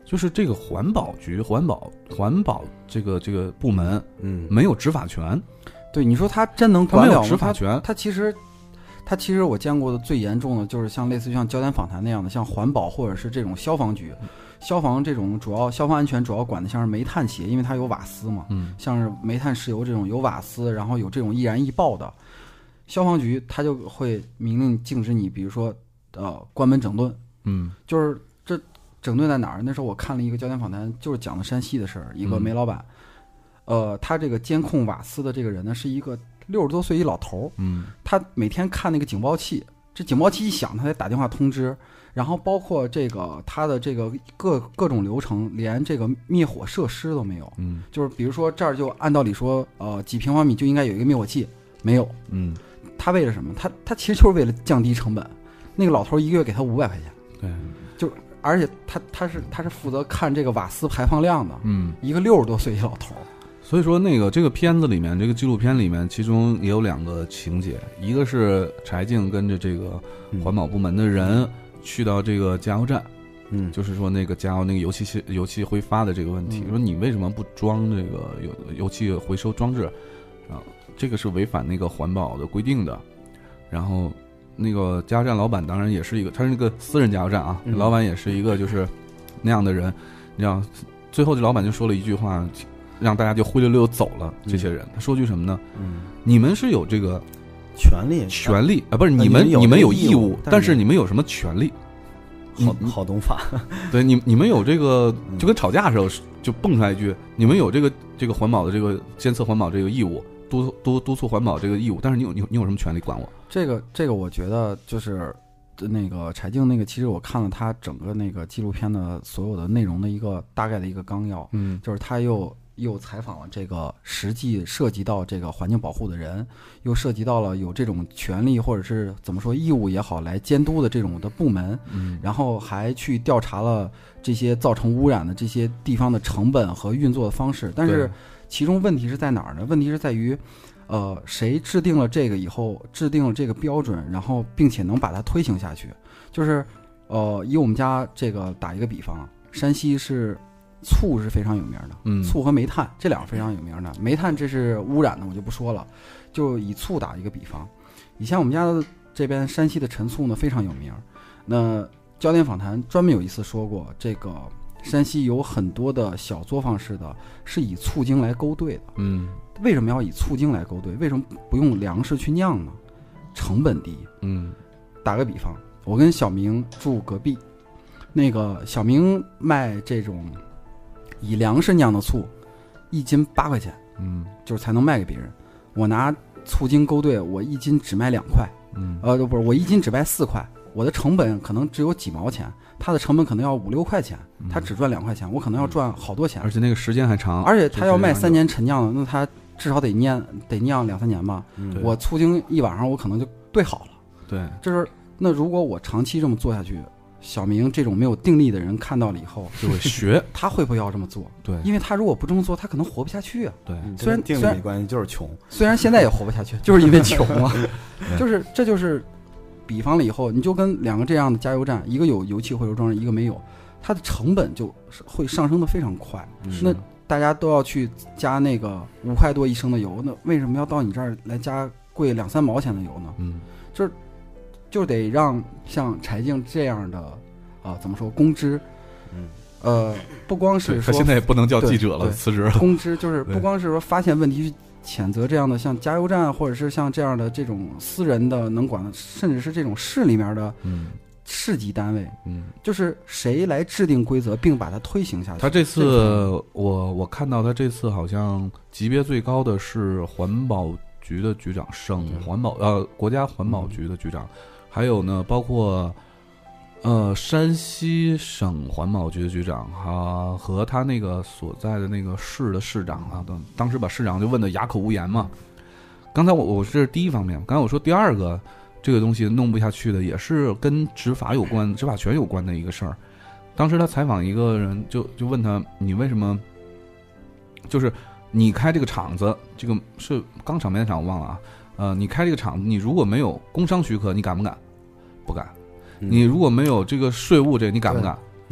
就是这个环保局、环保环保这个这个部门， 嗯， 没有执法权。 对，你说他真能管了吗？ 他没有执法权。 他其实，他其实我见过的最严重的就是像类似于像焦点访谈那样的，像环保或者是这种消防局。消防这种主要消防安全主要管的像是煤炭企业，因为它有瓦斯嘛，嗯，像是煤炭、石油这种有瓦斯，然后有这种易燃易爆的，消防局它就会明令禁止你，比如说呃关门整顿，嗯，就是这整顿在哪儿？那时候我看了一个焦点访谈，就是讲的山西的事儿，一个煤老板，嗯、呃，他这个监控瓦斯的这个人呢是一个六十多岁一老头，嗯，他每天看那个警报器，这警报器一响，他得打电话通知。然后包括这个它的这个各各种流程，连这个灭火设施都没有。嗯，就是比如说这儿就按道理说，呃，几平方米就应该有一个灭火器，没有。嗯，他为了什么？他他其实就是为了降低成本。那个老头一个月给他五百块钱。 对， 就而且他他是他是负责看这个瓦斯排放量的。嗯，一个六十多岁一老头。 所以说，那个这个片子里面，这个纪录片里面，其中也有两个情节，一个是柴静跟着这个环保部门的人。嗯去到这个加油站，嗯，就是说那个加油那个油气油气挥发的这个问题，嗯、说你为什么不装这个油油气回收装置啊？这个是违反那个环保的规定的。然后那个加油站老板当然也是一个，他是那个私人加油站啊，嗯、老板也是一个就是那样的人。你知道，最后这老板就说了一句话，让大家就灰溜溜走了。这些人，嗯、他说句什么呢？嗯，你们是有这个。 权利， 权利啊，不是你们，你们有义务，但是你们有什么权利？ 好好懂法， 对你，你们有这个，就跟吵架的时候就蹦出来一句，你们有这个这个环保的这个监测环保这个义务，督督督促环保这个义务，但是你有你你有什么权利管我？ 这个这个，我觉得就是那个柴静那个，其实我看了他整个那个纪录片的所有的内容的一个大概的一个纲要，嗯，就是他又。又采访了这个实际涉及到这个环境保护的人，又涉及到了有这种权利或者是怎么说义务也好来监督的这种的部门，嗯，然后还去调查了这些造成污染的这些地方的成本和运作的方式。但是其中问题是在哪儿呢？问题是在于，呃，谁制定了这个以后，制定了这个标准，然后并且能把它推行下去。就是，呃，以我们家这个打一个比方，山西是。醋是非常有名的，嗯，醋和煤炭这两个非常有名的。煤炭这是污染的，我就不说了。就以醋打一个比方，以前我们家的这边山西的陈醋呢非常有名。那焦点访谈专门有一次说过，这个山西有很多的小作坊式的，是以醋精来勾兑的。嗯，为什么要以醋精来勾兑？为什么不用粮食去酿呢？成本低。嗯，打个比方，我跟小明住隔壁，那个小明卖这种。以粮食酿的醋，一斤八块钱，嗯，就是才能卖给别人。我拿醋精勾兑，我一斤只卖两块，嗯，呃，不是，我一斤只卖四块，我的成本可能只有几毛钱，他的成本可能要五六块钱，他只赚两块钱，我可能要赚好多钱， 而且那个时间还长， 而且他要卖三年陈酿的，那他至少得酿得酿两三年吧。嗯、我醋精一晚上我可能就兑好了， 对， 就是那如果我长期这么做下去。小明这种没有定力的人看到了以后就会学， 他会不会要这么做？ 对， 因为他如果不这么做，他可能活不下去啊。 对， 虽然定力没关系，就是穷。 虽然现在也活不下去，就是因为穷啊。就是这就是比方了以后，你就跟两个这样的加油站，一个有油气回收装置，一个没有，它的成本就会上升的非常快。那大家都要去加那个五块多一升的油，那为什么要到你这儿来加贵两三毛钱的油呢？嗯，就是。就得让像柴静这样的啊、呃，怎么说公知，嗯，呃，不光是说他现在也不能叫记者了，辞职了。 公知就是不光是说发现问题去谴责这样的像加油站，或者是像这样的这种私人的能管的，甚至是这种市里面的市级单位，嗯，就是谁来制定规则并把它推行下去。 他这次我我看到他这次好像级别最高的是环保局的局长，省环保呃国家环保局的局长。还有呢，包括，呃，山西省环保局的局长啊，和他那个所在的那个市的市长啊，当当时把市长就问得哑口无言嘛。刚才我我这是第一方面，刚才我说第二个，这个东西弄不下去的，也是跟执法有关、执法权有关的一个事儿。当时他采访一个人，就就问他，你为什么，就是你开这个厂子，这个是钢厂、煤炭厂，我忘了啊。呃，你开这个厂子，你如果没有工商许可，你敢不敢？不敢。你如果没有这个税务，这个你敢不敢？不敢。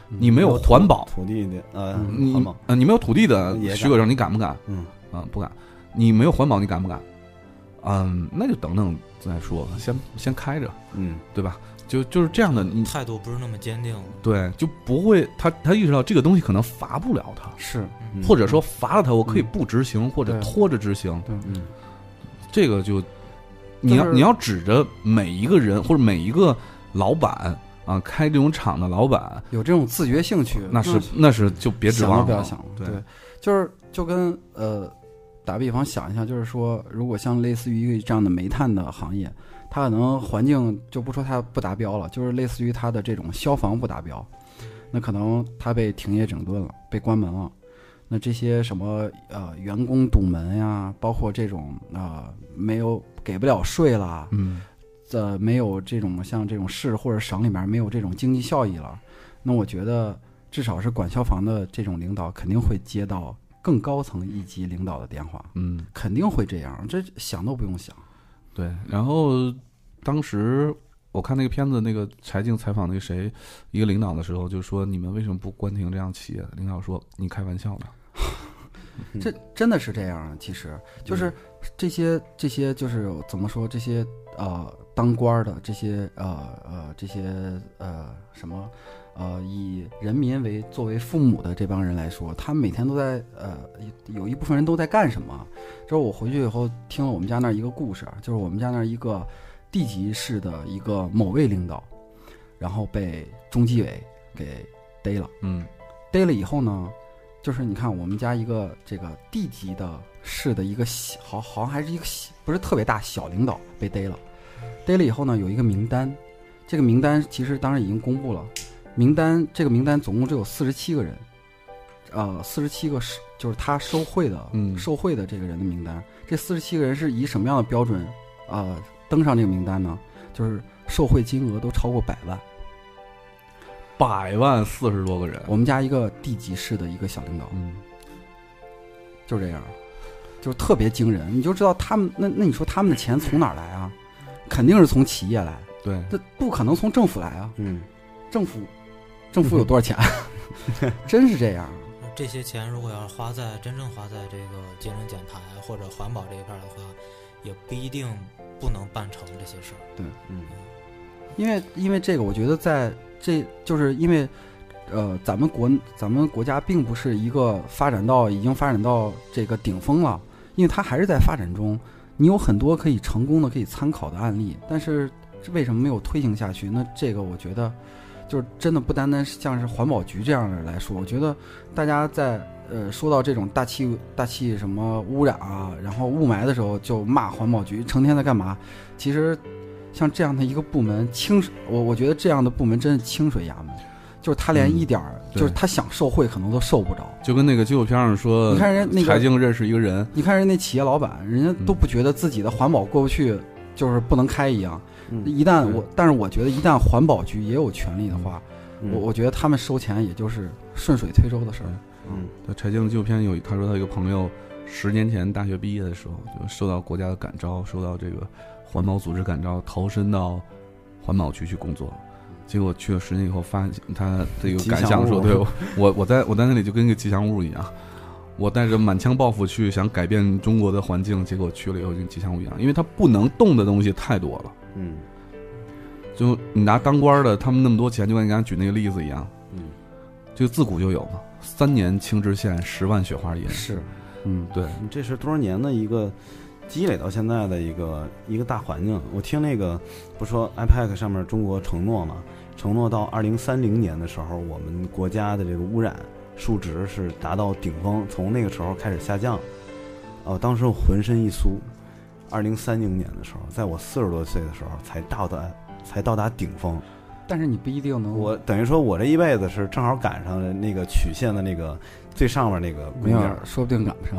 你没有环保土地的呃， 你环保呃你没有土地的许可证，你敢不敢？ 嗯啊、呃，不敢。你没有环保，你敢不敢？嗯，那就等等再说，先先开着， 嗯， 对吧？就就是这样的，你态度不是那么坚定， 对，就不会他他意识到这个东西可能罚不了他， 是， 嗯或者说罚了他，我可以不执行、 嗯、 或者拖着执行， 对， 嗯， 这个就你要、就是、你要指着每一个人或者每一个老板啊，开这种厂的老板有这种自觉性去， 那是那是就别指望了， 不要想了， 对， 对就是就跟呃。打比方想一下，就是说，如果像类似于一个这样的煤炭的行业，它可能环境就不说它不达标了，就是类似于它的这种消防不达标，那可能它被停业整顿了，被关门了。那这些什么呃员工堵门呀，包括这种呃没有给不了税啦， 嗯， 呃没有这种像这种市或者省里面没有这种经济效益了，那我觉得至少是管消防的这种领导肯定会接到更高层一级领导的电话， 嗯， 肯定会这样，这想都不用想。 对，然后当时我看那个片子，那个柴静采访那个谁一个领导的时候，就说你们为什么不关停这样企业？领导说你开玩笑呢。 这真的是这样啊！其实就是这些这些就是怎么说，这些呃当官的这些呃呃这些呃什么。呃，以人民为作为父母的这帮人来说，他们每天都在呃，有一部分人都在干什么？就是我回去以后听了我们家那一个故事，就是我们家那一个地级市的一个某位领导，然后被中纪委给逮了。 嗯， 逮了以后呢，就是你看我们家一个这个地级的市的一个小，好好像还是一个不是特别大小领导被逮了。逮了以后呢，有一个名单，这个名单其实当时已经公布了。名单这个名单总共只有四十七个人，呃，四十七个是就是他受贿的， 嗯， 受贿的这个人的名单。这四十七个人是以什么样的标准，呃，登上这个名单呢？就是受贿金额都超过百万， 百万四十多个人。 我们家一个地级市的一个小领导， 嗯， 就是这样，就是特别惊人。你就知道他们那那你说他们的钱从哪儿来啊？肯定是从企业来， 对， 这不可能从政府来啊， 嗯， 政府。政府有多少钱？真是这样。 这些钱如果要是花在真正花在这个节能减排或者环保这一块的话，也不一定不能办成这些事儿。 对， 嗯， 因为因为这个，我觉得在这就是因为，呃，咱们国咱们国家并不是一个发展到已经发展到这个顶峰了，因为它还是在发展中。你有很多可以成功的可以参考的案例，但是为什么没有推行下去？那这个我觉得。就是真的不单单像是环保局这样的来说，我觉得大家在呃说到这种大气大气什么污染啊，然后雾霾的时候就骂环保局成天在干嘛？其实像这样的一个部门清水，我我觉得这样的部门真是清水衙门，就是他连一点儿、嗯、就是他想受贿可能都受不着。 就跟那个纪录片上说， 你看人那个柴静认识一个人， 你看人那企业老板，人家都不觉得自己的环保过不去，就是不能开一样。 嗯、 一旦我，但是我觉得一旦环保局也有权利的话， 嗯、 我我觉得他们收钱也就是顺水推舟的事儿。 嗯，在柴静的纪录片有，他说他一个朋友十年前大学毕业的时候，就受到国家的感召，受到这个环保组织感召，投身到环保局去工作。结果去了十年以后，发现他这个感想说：“对我，我在我在那里就跟个吉祥物一样。”我带着满腔抱负去想改变中国的环境，结果去了以后就跟吉祥物一样，因为它不能动的东西太多了。 嗯， 就你拿当官的，他们那么多钱，就跟你刚才举那个例子一样。 嗯， 就自古就有嘛，三年青知县，十万雪花银。 是，嗯， 对， 这是多少年的一个积累到现在的一个一个大环境。我听那个不说 I P A C 上面中国承诺嘛，承诺到二零三零年的时候，我们国家的这个污染数值是达到顶峰，从那个时候开始下降。哦，当时我浑身一酥。二零三零年的时候，在我四十多岁的时候才到达才到达顶峰。 但是你不一定能， 我等于说我这一辈子是正好赶上了那个曲线的那个最上面那个没有，说不定赶不上。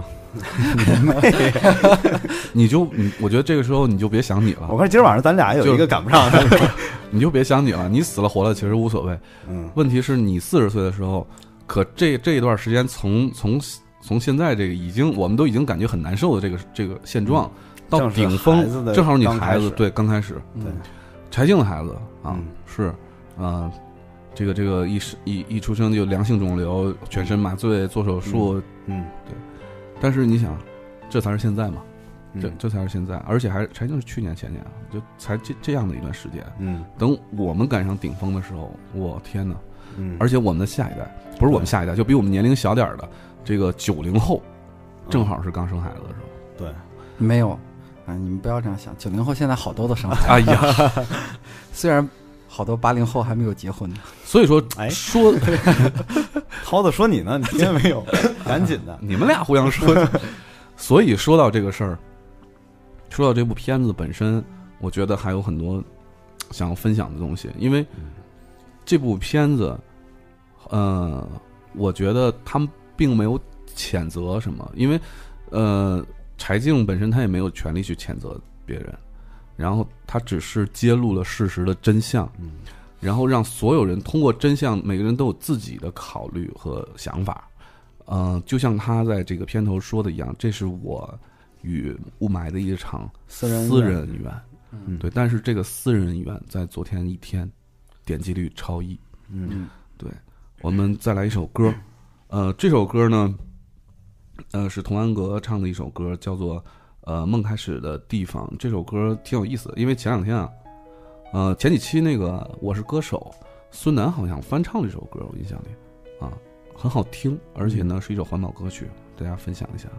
你就你，我觉得这个时候你就别想你了。 我看今儿晚上咱俩有一个赶不上的， 你就别想你了。你死了活了其实无所谓。 嗯， 问题是你四十岁的时候，可这这一段时间从从从现在这个已经我们都已经感觉很难受的这个这个现状。嗯到顶峰，正好你孩子对刚开始， 对柴静的孩子啊、 嗯、 是，呃， 这个这个一一一出生就良性肿瘤，全身麻醉做手术， 嗯， 对。但是你想，这才是现在嘛，这嗯这才是现在，而且还才就是去年前年啊，就才这这样的一段时间。 嗯， 等我们赶上顶峰的时候，我天哪！ 嗯， 而且我们的下一代不是我们下一代，就比我们年龄小点儿的这个九零后，正好是刚生孩子的时候。 对， 没有啊，你们不要这样想，九零后现在好多都生孩子。 哎呀， 虽然好多八零后还没有结婚呢。 所以说， 哎， 说涛子说你呢，你听见没有？赶紧的， 你们俩互相说。所以说到这个事儿，说到这部片子本身，我觉得还有很多想要分享的东西，因为这部片子，呃，我觉得他们并没有谴责什么，因为呃，柴静本身他也没有权利去谴责别人，然后他只是揭露了事实的真相， 嗯， 然后让所有人通过真相，每个人都有自己的考虑和想法。呃，就像他在这个片头说的一样，这是我与雾霾的一场私人私人恩怨。 嗯， 对，但是这个私人恩怨在昨天一天点击率超亿。 嗯， 对，我们再来一首歌，呃，这首歌呢，呃，是童安格唱的一首歌，叫做《呃梦开始的地方》。这首歌挺有意思的，因为前两天啊，呃，前几期那个《我是歌手》，孙楠好像翻唱这首歌，我印象里啊。很好听，而且呢是一首环保歌曲，大家分享一下。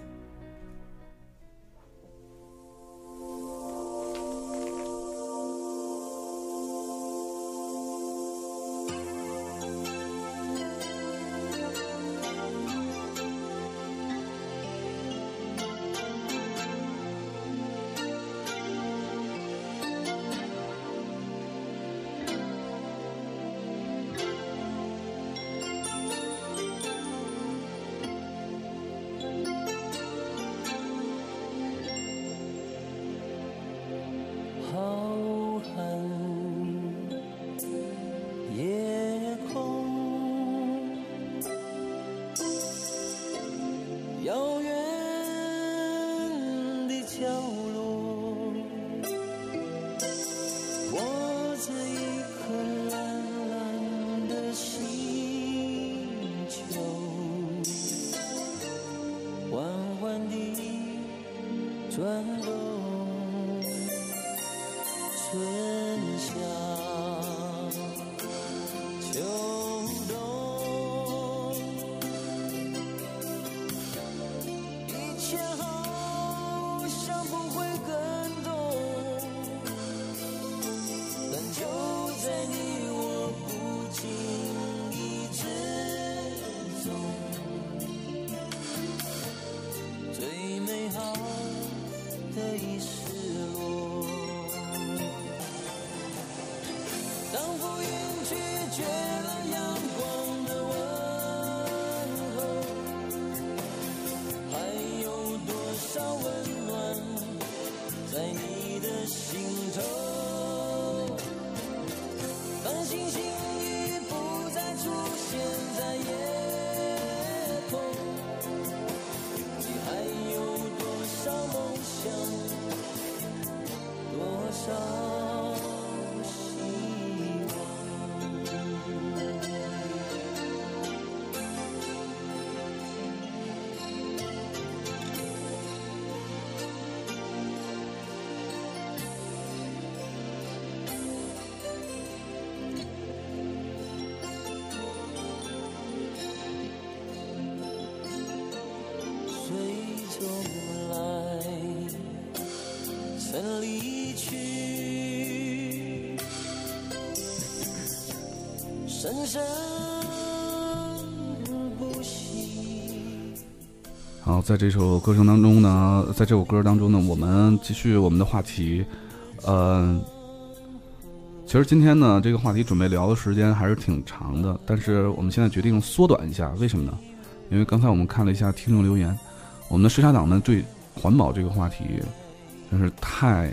好，在这首歌声当中呢，在这首歌当中呢，我们继续我们的话题。呃，其实今天呢，这个话题准备聊的时间还是挺长的，但是我们现在决定缩短一下，为什么呢？因为刚才我们看了一下听众留言，我们的时差党们对环保这个话题真是太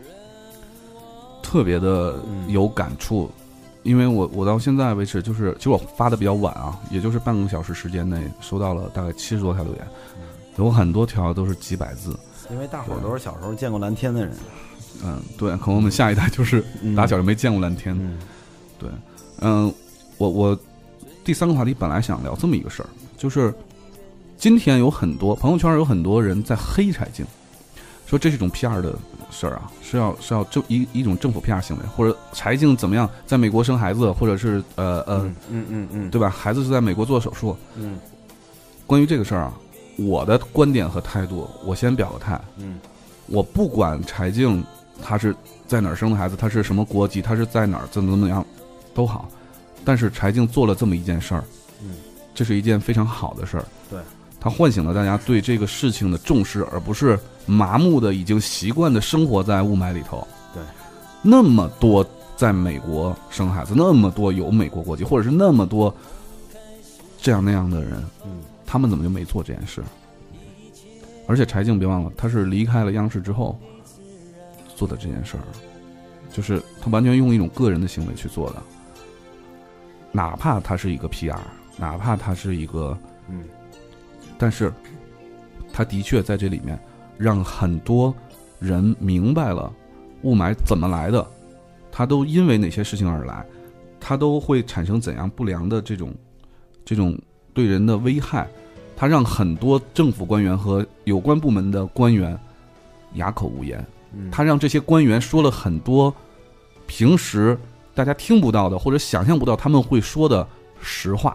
特别的有感触。因为我我到现在为止，就是其实我发的比较晚啊，也就是半个小时时间内收到了大概七十多条留言，有很多条都是几百字。 因为大伙儿都是小时候见过蓝天的人， 嗯，对，可能我们下一代就是打小就没见过蓝天， 嗯， 对，嗯， 我我第三个话题本来想聊这么一个事儿，就是今天有很多朋友圈有很多人在黑柴静，说这是一种 P R 的事儿啊，是要是要政一一种政府 P R 行为，或者柴静怎么样在美国生孩子，或者是呃呃嗯嗯嗯， 对吧？孩子是在美国做手术。 嗯， 关于这个事儿啊，我的观点和态度，我先表个态。 嗯， 我不管柴静她是在哪儿生的孩子，她是什么国籍，她是在哪儿怎么怎么样都好，但是柴静做了这么一件事儿， 嗯， 这是一件非常好的事儿。 对， 它唤醒了大家对这个事情的重视，而不是麻木的已经习惯的生活在雾霾里头。 对， 那么多在美国生孩子，那么多有美国国籍，或者是那么多这样那样的人， 嗯， 他们怎么就没做这件事？而且柴静别忘了，他是离开了央视之后做的这件事儿，就是他完全用一种个人的行为去做的，哪怕他是一个 P R， 哪怕他是一个嗯， 但是他的确在这里面让很多人明白了雾霾怎么来的，它都因为哪些事情而来，它都会产生怎样不良的这种这种对人的危害，它让很多政府官员和有关部门的官员哑口无言，他让这些官员说了很多平时大家听不到的或者想象不到他们会说的实话。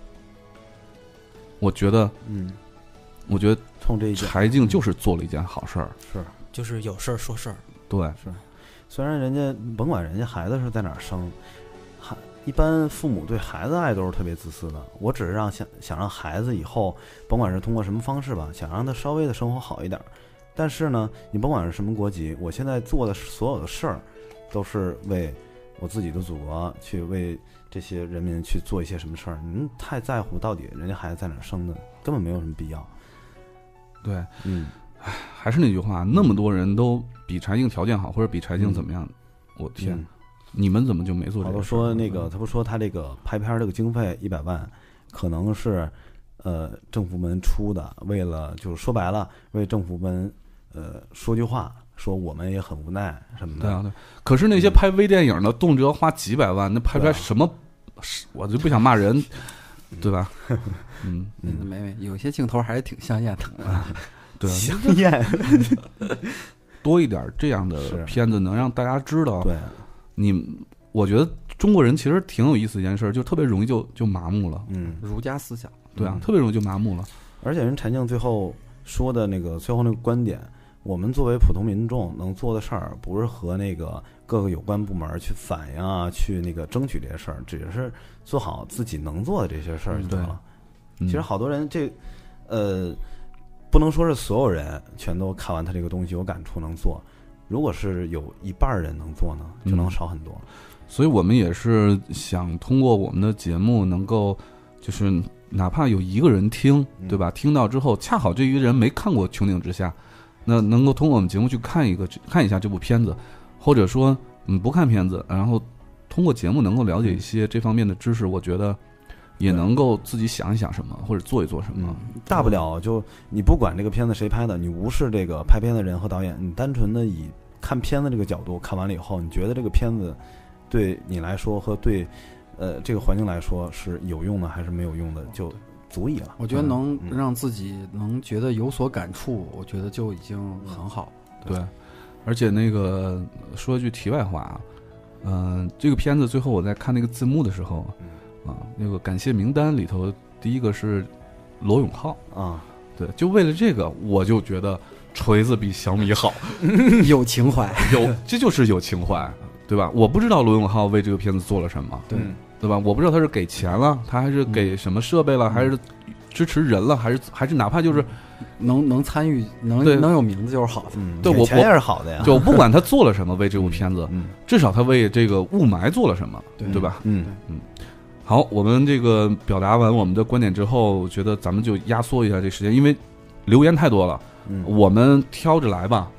我觉得， 嗯， 我觉得冲这一点柴静就是做了一件好事儿， 是， 就是有事儿说事儿。 对， 是。虽然人家甭管人家孩子是在哪儿生，孩一般父母对孩子爱都是特别自私的。我只是让想想让孩子以后，甭管是通过什么方式吧，想让他稍微的生活好一点。但是呢，你甭管是什么国籍，我现在做的所有的事儿，都是为我自己的祖国去为这些人民去做一些什么事儿。您太在乎到底人家孩子在哪儿生的，根本没有什么必要。 对， 嗯， 还是那句话，那么多人都比柴静条件好，或者比柴静怎么样，我天、 嗯， 你们怎么就没做这个？ 好多说那个，他不说他这个拍片这个经费一百万，可能是呃政府们出的，为了就是说白了，为政府们呃说句话，说我们也很无奈什么的。 对啊，对。可是那些拍微电影的，动辄花几百万，那拍出来什么？我就不想骂人，对吧？嗯嗯，没没，有些镜头还是挺香艳的。 对， 香艳。 多一点这样的片子，能让大家知道。 对， 你，我觉得中国人其实挺有意思一件事，就特别容易就就麻木了。 嗯， 儒家思想， 对啊， 嗯、 特别容易就麻木了。 而且人柴静最后说的那个最后那个观点，我们作为普通民众能做的事儿，不是和那个各个有关部门去反映啊，去那个争取这些事儿，只是做好自己能做的这些事儿就得了。 嗯、 其实好多人这，呃。不能说是所有人全都看完他这个东西有感触能做，如果是有一半人能做呢，就能少很多。 嗯、所以我们也是想通过我们的节目，能够就是哪怕有一个人听，对吧？听到之后，恰好这一个人没看过《穹顶之下》，那能够通过我们节目去看一个看一下这部片子，或者说嗯不看片子，然后通过节目能够了解一些这方面的知识，我觉得。也能够自己想一想什么，或者做一做什么。 嗯、大不了就你不管这个片子谁拍的，你无视这个拍片的人和导演，你单纯的以看片子这个角度看完了以后，你觉得这个片子对你来说和对呃这个环境来说是有用的还是没有用的，就足以了。 我觉得能让自己能觉得有所感触，我觉得就已经很好。 对，对，而且那个说一句题外话啊，嗯、呃，这个片子最后我在看那个字幕的时候。嗯啊，那个感谢名单里头，第一个是罗永浩啊， 对，就为了这个，我就觉得锤子比小米好， 有情怀， 有，这就是有情怀，对吧？我不知道罗永浩为这个片子做了什么， 对， 对吧？我不知道他是给钱了，他还是给什么设备了，嗯、还是支持人了，还是还是哪怕就是能能参与，能能有名字就是好的， 嗯， 对我钱也是好的呀。 就不管他做了什么为这部片子， 嗯， 至少他为这个雾霾做了什么， 对， 对吧？ 嗯嗯。好，我们这个表达完我们的观点之后，我觉得咱们就压缩一下这时间，因为留言太多了， 嗯， 我们挑着来吧。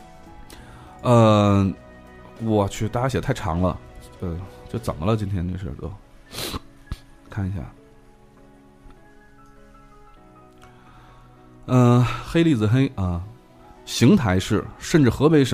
呃，我去，大家写太长了，呃，这怎么了？今天这是都看一下，嗯、呃，黑栗子黑啊，邢台市甚至河北省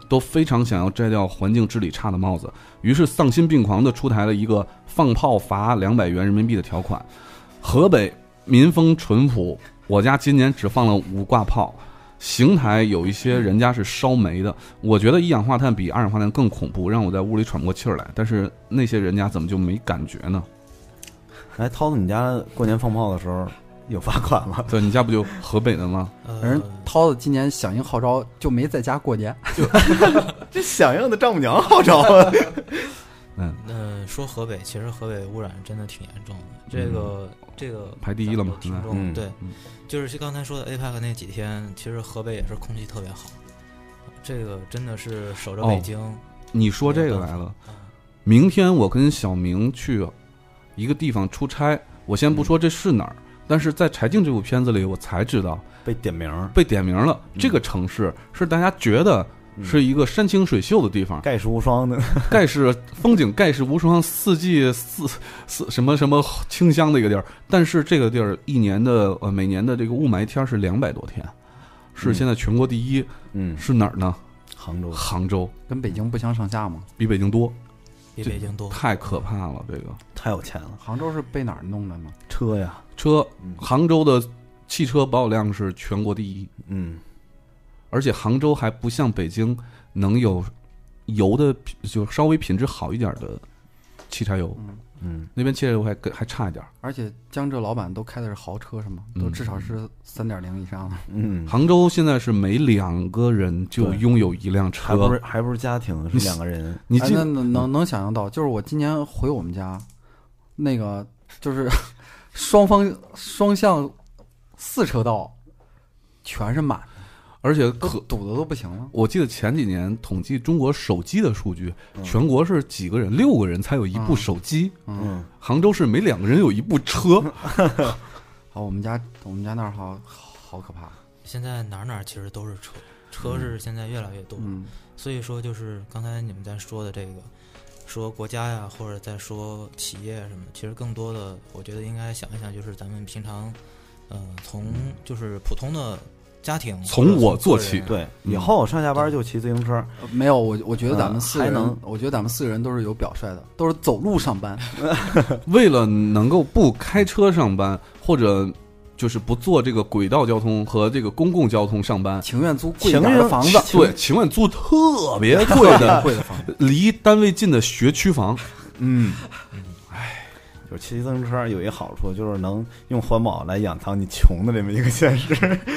都非常想要摘掉环境治理差的帽子，于是丧心病狂地出台了一个放炮罚两百元人民币的条款。河北民风淳朴，我家今年只放了五挂炮。邢台有一些人家是烧煤的，我觉得一氧化碳比二氧化碳更恐怖，让我在屋里喘不过气儿来。但是那些人家怎么就没感觉呢？ 哎，涛子，你家过年放炮的时候有罚款吗？ 对，你家不就河北的吗？ 人涛子今年响应号召就没在家过年， 就这响应的丈母娘号召啊。 嗯， 呃，说河北，其实河北污染真的挺严重的。这个、嗯、这个排第一了嘛？ 听众、嗯、对、 嗯， 就是刚才说的 A P E C 那几天，其实河北也是空气特别好。这个真的是守着北京。哦、 你说这个来了，明天我跟小明去一个地方出差，我先不说这是哪儿，嗯、但是在《柴静》这部片子里，我才知道被点名， 被点名了。嗯、这个城市是大家觉得是一个山清水秀的地方， 盖世无双的， 盖世风景盖世无双，四季四四什么什么清香的一个地儿。但是这个地儿一年的呃每年的这个雾霾天是两百多天，是现在全国第一。 嗯， 是哪儿呢？ 杭州。 杭州跟北京不相上下吗？ 比北京多， 比北京多， 太可怕了，这个太有钱了。 杭州是被哪儿弄的呢？ 车呀， 车。杭州的汽车保有量是全国第一。 嗯。 而且杭州还不像北京能有油的就稍微品质好一点的汽柴油， 嗯嗯， 那边汽柴油还还差一点。 而且江浙老板都开的是豪车，是吗？都至少是三点零以上的。 嗯， 杭州现在是每两个人就拥有一辆车， 还不是还不是家庭，是两个人。 你哎、那能能能想象到，就是我今年回我们家，那个就是双方双向四车道全是满的。 而且可堵的都不行了。 我记得前几年统计中国手机的数据，嗯、全国是几个人，六个人才有一部手机。 嗯， 嗯杭州是每两个人有一部车。 好，我们家我们家那儿好好可怕。 现在哪哪其实都是车，车是现在越来越多。 嗯， 所以说就是刚才你们在说的这个，说国家呀，或者在说企业什么，其实更多的，我觉得应该想一想，就是咱们平常，呃，从就是普通的。家庭从我做起， 对，以后上下班就骑自行车。 呃、没有，我我觉得咱们四个人， 还能我觉得咱们四个人都是有表率的，都是走路上班。 为了能够不开车上班，或者就是不坐这个轨道交通和这个公共交通上班， 情愿租贵点的房子， 对，情愿租特别贵的贵的房子， 离单位近的学区房。 嗯，哎，就是骑自行车有一个好处，就是能用环保来掩藏你穷的这么一个现实。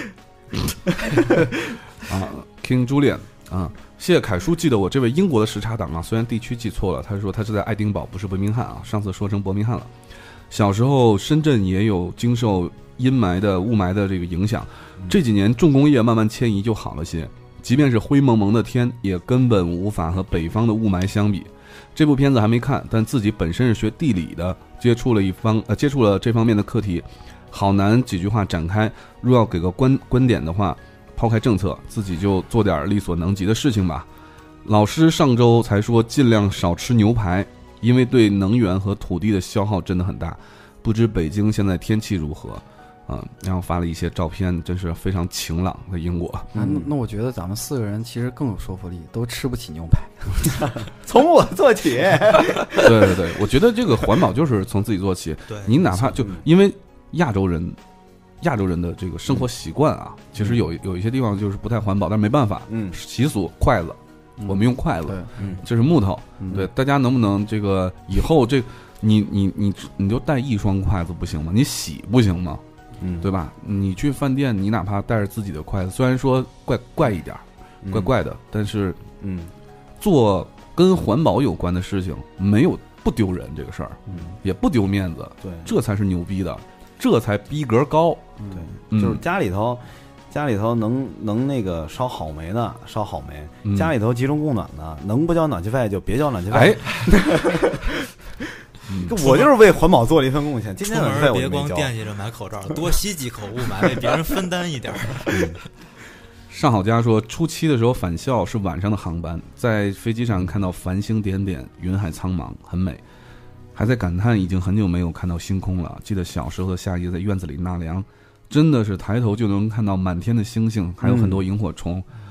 啊 ，King Julian 啊，谢谢凯叔记得我这位英国的时差党啊，虽然地区记错了，他说他是在爱丁堡，不是伯明翰啊，上次说成伯明翰了。小时候深圳也有经受阴霾的雾霾的这个影响，这几年重工业慢慢迁移就好了些，即便是灰蒙蒙的天，也根本无法和北方的雾霾相比。这部片子还没看，但自己本身是学地理的，接触了一方呃接触了这方面的课题。好难几句话展开，若要给个观观点的话，抛开政策，自己就做点力所能及的事情吧。老师上周才说尽量少吃牛排，因为对能源和土地的消耗真的很大。不知北京现在天气如何？啊、嗯，然后发了一些照片，真是非常晴朗的英国。 那那我觉得咱们四个人其实更有说服力，都吃不起牛排。 从我做起。 对对对，我觉得这个环保就是从自己做起。 对， 你哪怕就因为。亚洲人，亚洲人的这个生活习惯啊，嗯、其实有有一些地方就是不太环保，但是没办法， 嗯， 习俗筷子，嗯、我们用筷子， 对， 嗯，这是木头， 嗯、 对，大家能不能这个以后这，你你你你就带一双筷子不行吗？你洗不行吗？ 嗯， 对吧？你去饭店，你哪怕带着自己的筷子，虽然说怪怪一点，怪怪的，嗯、但是嗯， 做跟环保有关的事情，没有不丢人这个事儿， 嗯， 也不丢面子， 对， 这才是牛逼的。这才逼格高， 对， 嗯、 就是家里头，家里头能能那个烧好煤的烧好煤， 嗯、 家里头集中供暖的能不交暖气费就别交暖气费。 哎， 我就是为环保做了一份贡献。今天暖气费我别光惦记着买口罩，多吸几口雾霾，为别人分担一点。 嗯、上好家说，初七的时候返校是晚上的航班，在飞机上看到繁星点点，云海苍茫，很美。还在感叹已经很久没有看到星空了。记得小时候的夏夜在院子里纳凉，真的是抬头就能看到满天的星星，还有很多萤火虫。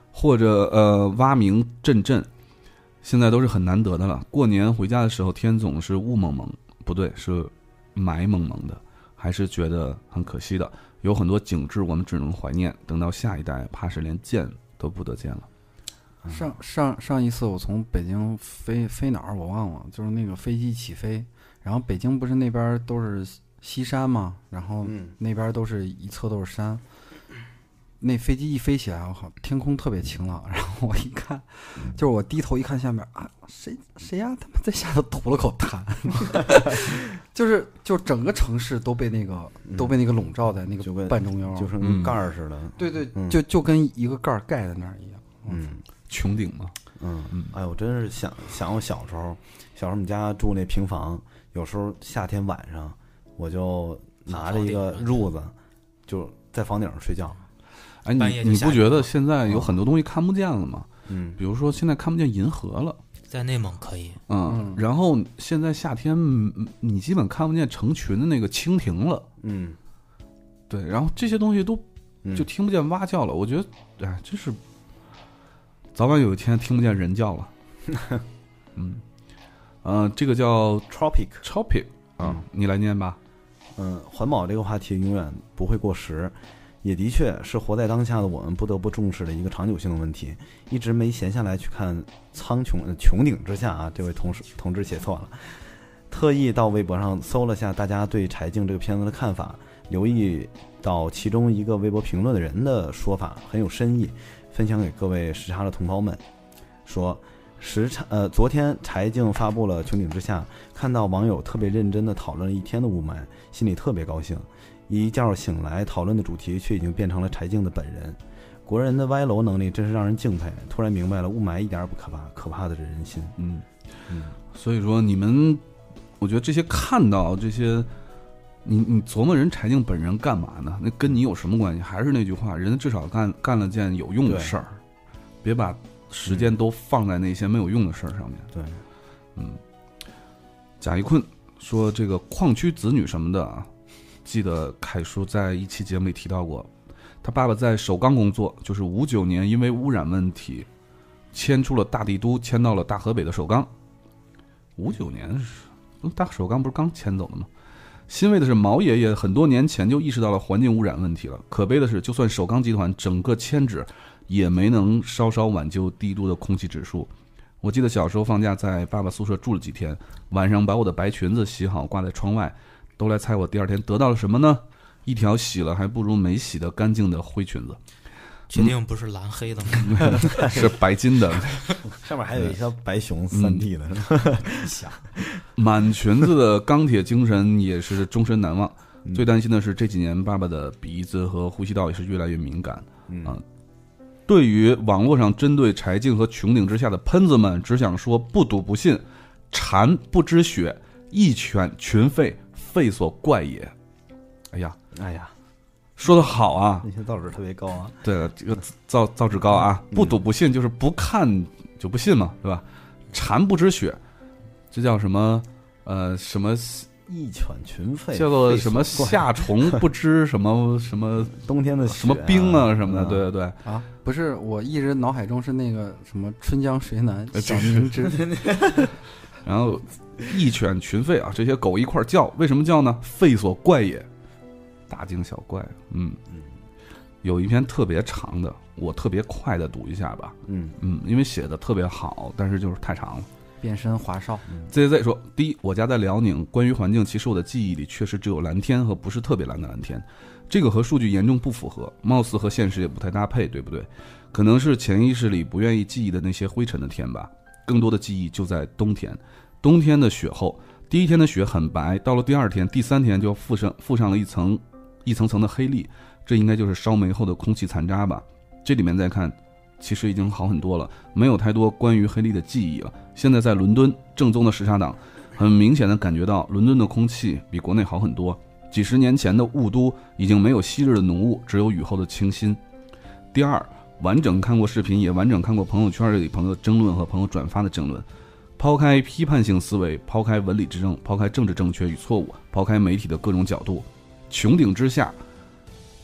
或者呃蛙鸣阵阵，现在都是很难得的了。过年回家的时候，天总是雾蒙蒙，不对，是霾蒙蒙的，还是觉得很可惜的。有很多景致我们只能怀念，等到下一代，怕是连见都不得见了。 上上上一次我从北京飞飞哪儿我忘了，就是那个飞机起飞，然后北京不是那边都是西山嘛，然后那边都是一侧都是山。那飞机一飞起来，我靠，天空特别晴朗。然后我一看，就是我低头一看下面啊，谁谁呀？他们在下头吐了口痰，就是就整个城市都被那个、嗯、都被那个笼罩在那个半中央， 就跟跟盖儿似的。 嗯、对对， 嗯、 就就跟一个盖儿盖在那儿一样。 嗯， 穹顶嘛。 嗯嗯，哎，我真是想想我小时候，小时候我们家住那平房，有时候夏天晚上我就拿着一个褥子，就在房顶上睡觉。 哎，你你不觉得现在有很多东西看不见了吗？嗯，比如说现在看不见银河了， 在内蒙可以。 嗯，然后现在夏天你基本看不见成群的那个蜻蜓了。 嗯， 对，然后这些东西都就听不见蛙叫了。我觉得，哎，真是早晚有一天听不见人叫了。嗯，呃，这个叫 tropic tropic 啊，你来念吧。 嗯，环保这个话题永远不会过时。也的确是活在当下的我们不得不重视的一个长久性的问题，一直没闲下来去看苍穹穹顶之下啊，这位同事同志写错了，特意到微博上搜了下大家对柴静这个片子的看法，留意到其中一个微博评论的人的说法很有深意，分享给各位时差的同胞们。说时差呃，昨天柴静发布了穹顶之下，看到网友特别认真的讨论了一天的雾霾，心里特别高兴。一觉醒来，讨论的主题却已经变成了柴静的本人。国人的歪楼能力真是让人敬佩。突然明白了，雾霾一点也不可怕，可怕的是人心。 嗯嗯，所以说你们，我觉得这些看到这些，你你琢磨人柴静本人干嘛呢？那跟你有什么关系？还是那句话，人至少干干了件有用的事儿，别把时间都放在那些没有用的事儿上面。 对， 嗯。贾一坤说这个矿区子女什么的啊。记得凯叔在一期节目里提到过，他爸爸在首钢工作，就是五九年因为污染问题迁出了大帝都，迁到了大河北的首钢。五九年大首钢不是刚迁走的吗？欣慰的是，毛爷爷很多年前就意识到了环境污染问题了。可悲的是，就算首钢集团整个迁址，也没能稍稍挽救帝都的空气指数。我记得小时候放假在爸爸宿舍住了几天，晚上把我的白裙子洗好挂在窗外。都来猜我第二天得到了什么呢？一条洗了还不如没洗的干净的灰裙子。 确定不是蓝黑的吗？ 嗯、是白金的， 上面还有一条白熊三 D 的。 嗯、满裙子的钢铁精神也是终身难忘。嗯、最担心的是这几年爸爸的鼻子和呼吸道也是越来越敏感。嗯、啊，对于网络上针对柴静和穹顶之下的喷子们，只想说不赌不信，蝉不知雪，一犬群吠。废所怪也。哎呀， 哎呀， 说得好啊！ 那些造纸特别高啊。 对了，这个造造纸高啊，不赌不信就是不看就不信嘛，对吧？蝉不知雪，这叫什么？呃，什么一犬群吠？ 叫做什么夏虫不知什么什么冬天的什么冰啊什么的？对对对啊，不是，我一直脑海中是那个什么春江水暖小明知。 然后一犬群吠啊，这些狗一块叫，为什么叫呢？吠所怪也，大惊小怪。嗯嗯，有一篇特别长的，我特别快的读一下吧。嗯嗯，因为写的特别好，但是就是太长了。 变身华少。 Z Z 说，第一，我家在辽宁，关于环境，其实我的记忆里确实只有蓝天和不是特别蓝的蓝天，这个和数据严重不符合，貌似和现实也不太搭配，对不对？可能是潜意识里不愿意记忆的那些灰尘的天吧。更多的记忆就在冬天，冬天的雪后，第一天的雪很白，到了第二天、第三天就附上附上了一层一层层的黑粒，这应该就是烧煤后的空气残渣吧。这里面再看，其实已经好很多了，没有太多关于黑粒的记忆了。现在在伦敦，正宗的时差党，很明显的感觉到伦敦的空气比国内好很多。几十年前的雾都已经没有昔日的浓雾，只有雨后的清新。第二，完整看过视频，也完整看过朋友圈里朋友争论和朋友转发的争论。抛开批判性思维，抛开文理之争，抛开政治正确与错误，抛开媒体的各种角度，穹顶之下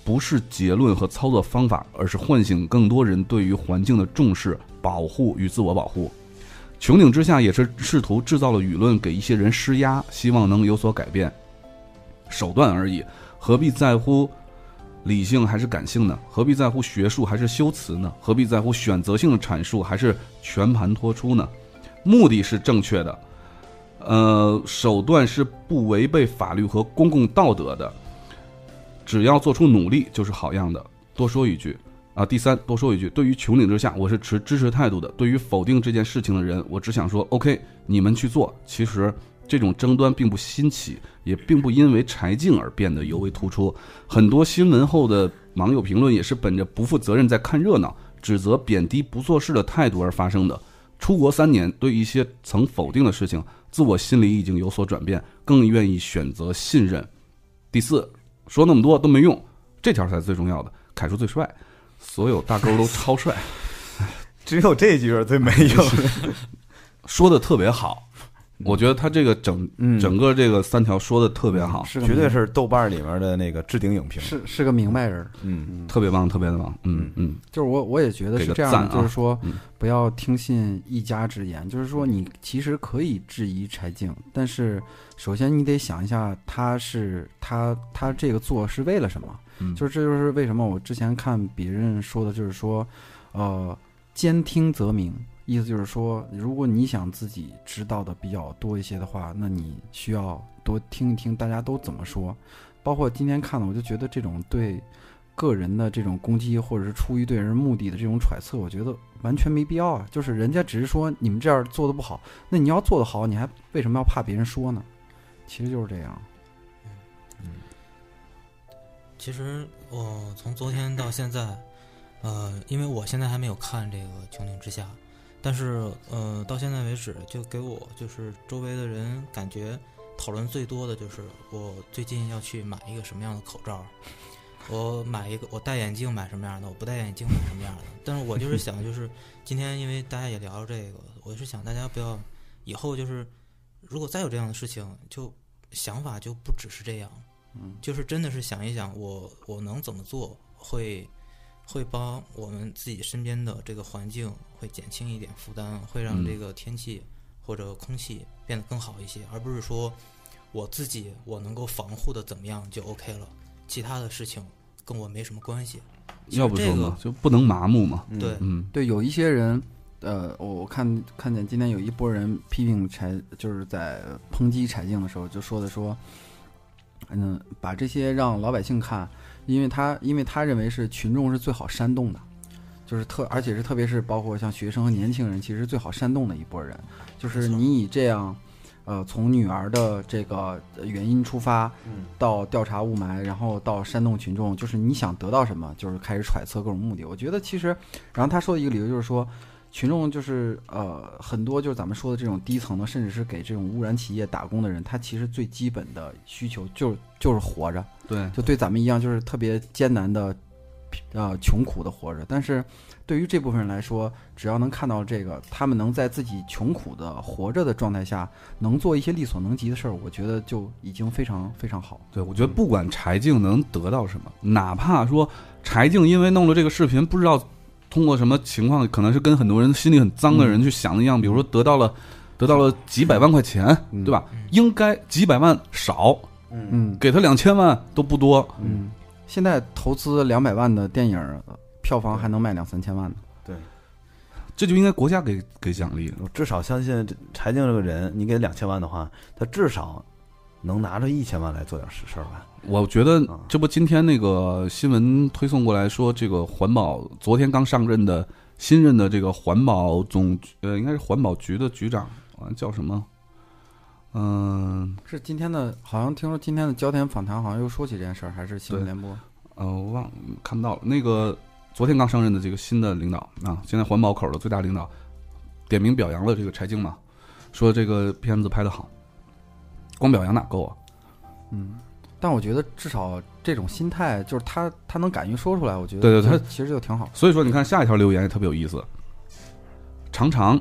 不是结论和操作方法，而是唤醒更多人对于环境的重视、保护与自我保护。穹顶之下也是试图制造了舆论，给一些人施压，希望能有所改变。手段而已，何必在乎理性还是感性呢？何必在乎学术还是修辞呢？何必在乎选择性的阐述还是全盘托出呢？目的是正确的，呃，手段是不违背法律和公共道德的，只要做出努力就是好样的。多说一句啊，第三，多说一句，对于穹顶之下，我是持支持态度的。对于否定这件事情的人，我只想说 ，OK， 你们去做。其实这种争端并不新奇，也并不因为柴静而变得尤为突出。很多新闻后的网友评论也是本着不负责任在看热闹、指责、贬低、不做事的态度而发生的。出国三年，对一些曾否定的事情，自我心里已经有所转变，更愿意选择信任。第四，说那么多都没用，这条才是最重要的。凯叔最帅，所有大勾都超帅， 只有这句最没用。 说的特别好。我觉得他这个整、嗯、整个这个三条说的特别好， 是绝对是豆瓣里面的那个置顶影评， 是是个明白人， 嗯，嗯特别棒，特别的棒，嗯嗯， 就是我我也觉得是这样的，啊、就是说、嗯、不要听信一家之言，就是说你其实可以质疑柴静，但是首先你得想一下，他是他他这个做是为了什么？嗯，就是这就是为什么我之前看别人说的，就是说，呃，兼听则明。意思就是说，如果你想自己知道的比较多一些的话，那你需要多听一听大家都怎么说。包括今天看的，我就觉得这种对个人的这种攻击，或者是出于对人目的的这种揣测，我觉得完全没必要啊。就是人家只是说你们这样做的不好，那你要做得好，你还为什么要怕别人说呢？其实就是这样。 嗯，其实我从昨天到现在，呃，因为我现在还没有看这个《穹顶之下》。但是，呃，到现在为止，就给我就是周围的人感觉讨论最多的就是我最近要去买一个什么样的口罩，我买一个，我戴眼镜买什么样的，我不戴眼镜买什么样的。但是我就是想，就是今天因为大家也聊了这个，我是想大家不要以后就是如果再有这样的事情，就想法就不只是这样，嗯，就是真的是想一想我我能怎么做会。会帮我们自己身边的这个环境会减轻一点负担，会让这个天气或者空气变得更好一些，而不是说我自己我能够防护的怎么样就 OK 了，其他的事情跟我没什么关系。 要不说嘛，就不能麻木嘛。 对， 嗯， 对，有一些人，呃，我我看看见今天有一波人批评柴，就是在抨击柴静的时候，就说的说，嗯，把这些让老百姓看。因为他，因为他认为是群众是最好煽动的，就是特，而且是特别是包括像学生和年轻人，其实最好煽动的一拨人。就是你以这样，呃，从女儿的这个原因出发，到调查雾霾，然后到煽动群众，就是你想得到什么，就是开始揣测各种目的。我觉得其实，然后他说的一个理由就是说，群众就是呃很多就是咱们说的这种低层的，甚至是给这种污染企业打工的人，他其实最基本的需求就就是活着。 对， 就对咱们一样，就是特别艰难的，呃，穷苦的活着。但是，对于这部分人来说，只要能看到这个，他们能在自己穷苦的活着的状态下，能做一些力所能及的事儿，我觉得就已经非常非常好。 对，我觉得不管柴静能得到什么，哪怕说柴静因为弄了这个视频，不知道通过什么情况，可能是跟很多人心里很脏的人去想的一样，嗯、比如说得到了得到了几百万块钱，嗯、对吧？嗯、应该几百万少。 嗯， 给他两千万都不多。 嗯，现在投资两百万的电影，票房还能卖两三千万呢。 对， 这就应该国家给给奖励。 我至少相信柴静这个人，你给两千万的话，他至少能拿着一千万来做点实事吧。 我觉得这不今天那个新闻推送过来说，这个环保昨天刚上任的新任的这个环保总呃，应该是环保局的局长，叫什么？嗯， 是今天的，好像听说今天的焦点访谈好像又说起这件事儿，还是新闻联播？ 呃，我忘看不到了。那个昨天刚上任的这个新的领导啊，现在环保口的最大领导，点名表扬了这个柴静嘛，说这个片子拍得好，光表扬哪够啊？ 嗯，但我觉得至少这种心态，就是他他能敢于说出来，我觉得对对，他其实就挺好。 所以说，你看下一条留言也特别有意思，常常。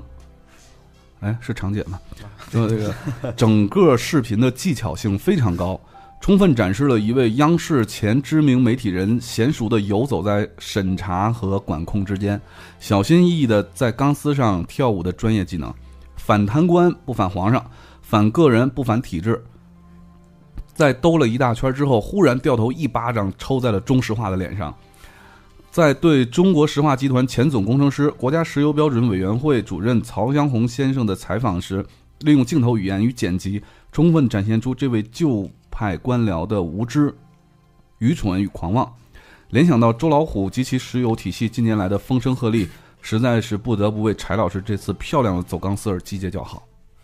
哎，是常姐吗？说这个整个视频的技巧性非常高， 充分展示了一位央视前知名媒体人娴熟地游走在审查和管控之间，小心翼翼地在钢丝上跳舞的专业技能。反贪官不反皇上，反个人不反体制。在兜了一大圈之后，忽然掉头一巴掌抽在了中石化的脸上。在对中国石化集团前总工程师、国家石油标准委员会主任曹湘红先生的采访时，利用镜头语言与剪辑，充分展现出这位旧派官僚的无知、愚蠢与狂妄。联想到周老虎及其石油体系近年来的风声鹤唳，实在是不得不为柴老师这次漂亮的走钢丝儿击节叫好。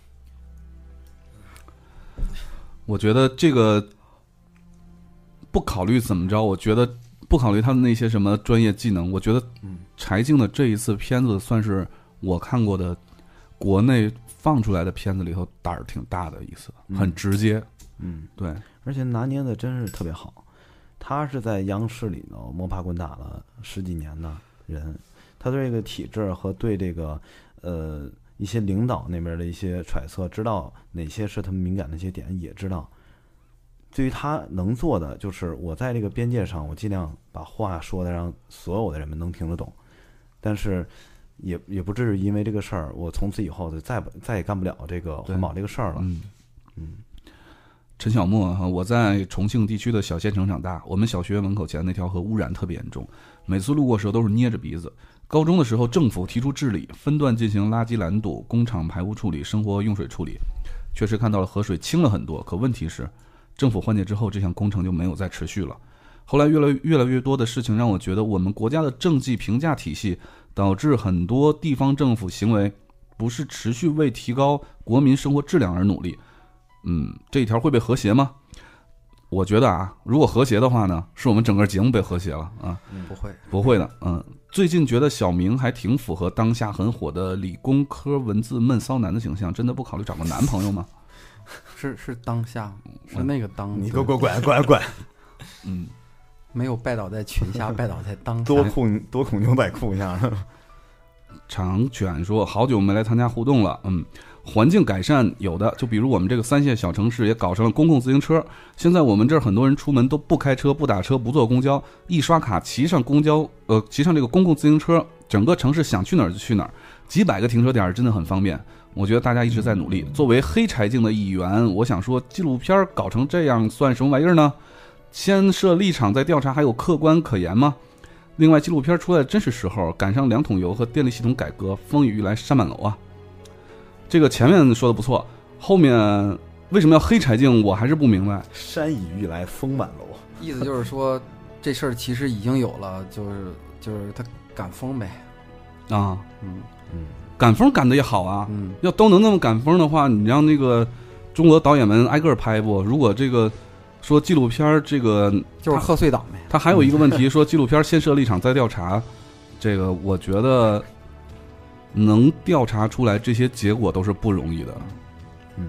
我觉得这个不考虑怎么着，我觉得不考虑他的那些什么专业技能，我觉得柴静的这一次片子算是我看过的国内放出来的片子里头胆儿挺大的意思，很直接。 嗯， 对， 而且拿捏的真是特别好。他是在央视里头摸爬滚打了十几年的人，他对这个体制和对这个呃一些领导那边的一些揣测，知道哪些是他们敏感的一些点，也知道。对于他能做的，就是我在这个边界上，我尽量把话说的让所有的人们能听得懂，但是也也不至于因为这个事儿，我从此以后就再再也干不了这个环保这个事儿了。 嗯嗯。 陈小莫哈，我在重庆地区的小县城长大，我们小学门口前那条河污染特别严重，每次路过时候都是捏着鼻子。高中的时候，政府提出治理，分段进行垃圾拦堵、工厂排污处理、生活用水处理，确实看到了河水清了很多。可问题是，政府换届之后，这项工程就没有再持续了。后来越来越来越多的事情让我觉得，我们国家的政绩评价体系导致很多地方政府行为不是持续为提高国民生活质量而努力。嗯，这一条会被和谐吗？我觉得啊，如果和谐的话呢，是我们整个节目被和谐了啊。 嗯，不会， 不会的。嗯，最近觉得小明还挺符合当下很火的理工科文字闷骚男的形象，真的不考虑找个男朋友吗？ 是是当下，是那个当。 你给我滚滚滚滚！ 嗯， 没有拜倒在裙下，拜倒在当下。 多裤多孔牛仔裤一样。 长卷说，好久没来参加互动了。嗯。环境改善有的，就比如我们这个三线小城市也搞上了公共自行车。现在我们这儿很多人出门都不开车、不打车、不坐公交，一刷卡骑上公交，呃，骑上这个公共自行车，整个城市想去哪儿就去哪儿，几百个停车点真的很方便。我觉得大家一直在努力。作为黑柴静的一员，我想说，纪录片搞成这样算什么玩意儿呢？先设立场再调查，还有客观可言吗？另外，纪录片出来真是时候，赶上两桶油和电力系统改革，风雨欲来山满楼啊！这个前面说的不错，后面为什么要黑柴静，我还是不明白。 山雨欲来风满楼， 意思就是说，这事儿其实已经有了，就是就是他赶风呗。 啊， 嗯嗯， 赶风赶的也好啊。 嗯， 要都能那么赶风的话，你让那个中国导演们挨个拍不？如果这个说纪录片这个就是贺岁档呗。 他还有一个问题，说纪录片先设立场再调查，这个我觉得。能调查出来这些结果都是不容易的。 嗯，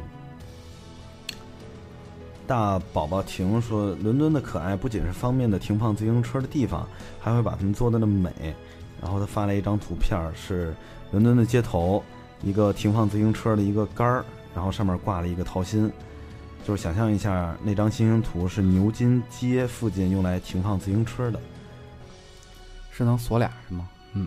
大宝宝婷说，伦敦的可爱不仅是方便的停放自行车的地方，还会把它们做的那么美。然后他发来一张图片，是伦敦的街头一个停放自行车的一个杆儿，然后上面挂了一个桃心。就是想象一下，那张星星图是牛津街附近用来停放自行车的， 是能锁俩是吗？ 嗯。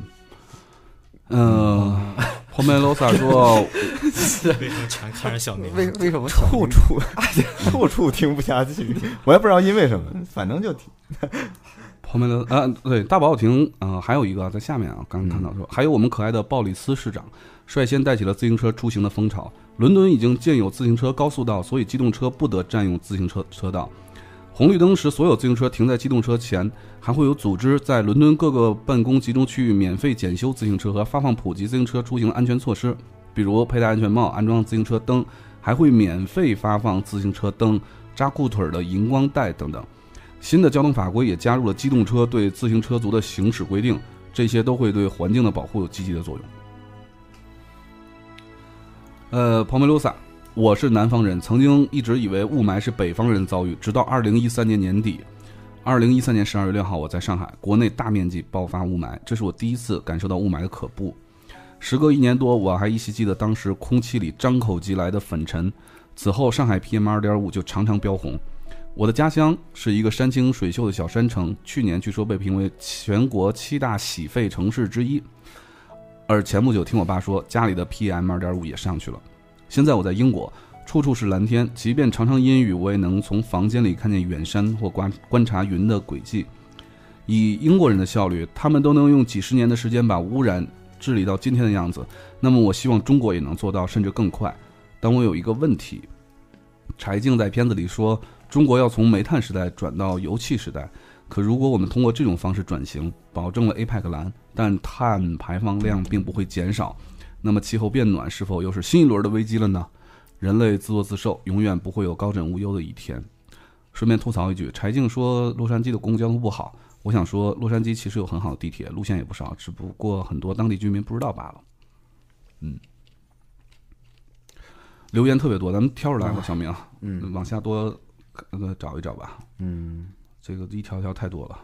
嗯，后面罗萨说， 为什么全看着小明？ 为为什么处处处处听不下去？我也不知道因为什么，反正就听。 后面的啊，对，大宝亭啊、呃，还有一个在下面啊，刚刚看到说，还有我们可爱的鲍里斯市长率先带起了自行车出行的风潮。伦敦已经建有自行车高速道，所以机动车不得占用自行车车道。红绿灯时，所有自行车停在机动车前，还会有组织在伦敦各个办公集中区域免费检修自行车和发放普及自行车出行安全措施，比如佩戴安全帽、安装自行车灯，还会免费发放自行车灯、扎裤腿的荧光带等等。新的交通法规也加入了机动车对自行车族的行驶规定，这些都会对环境的保护有积极的作用。呃，庞梅卢萨。我是南方人，曾经一直以为雾霾是北方人遭遇，直到二零一三年年底，二零一三年十二月六号，我在上海，国内大面积爆发雾霾，这是我第一次感受到雾霾的可怖。时隔一年多，我还依稀记得当时空气里张口即来的粉尘。此后，上海 P M 二点五 就常常飙红。 我的家乡是一个山清水秀的小山城，去年据说被评为全国七大洗肺城市之一。而前不久听我爸说，家里的 P M 二点五 也上去了。现在我在英国，处处是蓝天，即便常常阴雨，我也能从房间里看见远山或观观察云的轨迹。以英国人的效率，他们都能用几十年的时间把污染治理到今天的样子，那么我希望中国也能做到，甚至更快。但我有一个问题，柴静在片子里说中国要从煤炭时代转到油气时代，可如果我们通过这种方式转型，保证了 A P E C 蓝，但碳排放量并不会减少，那么气候变暖是否又是新一轮的危机了呢？人类自作自受，永远不会有高枕无忧的一天。顺便吐槽一句，柴静说洛杉矶的公交通不好，我想说洛杉矶其实有很好的地铁，路线也不少，只不过很多当地居民不知道罢了。嗯，留言特别多，咱们挑出来吧，小明，嗯，往下多呃找一找吧。 嗯， 这个一条条太多了。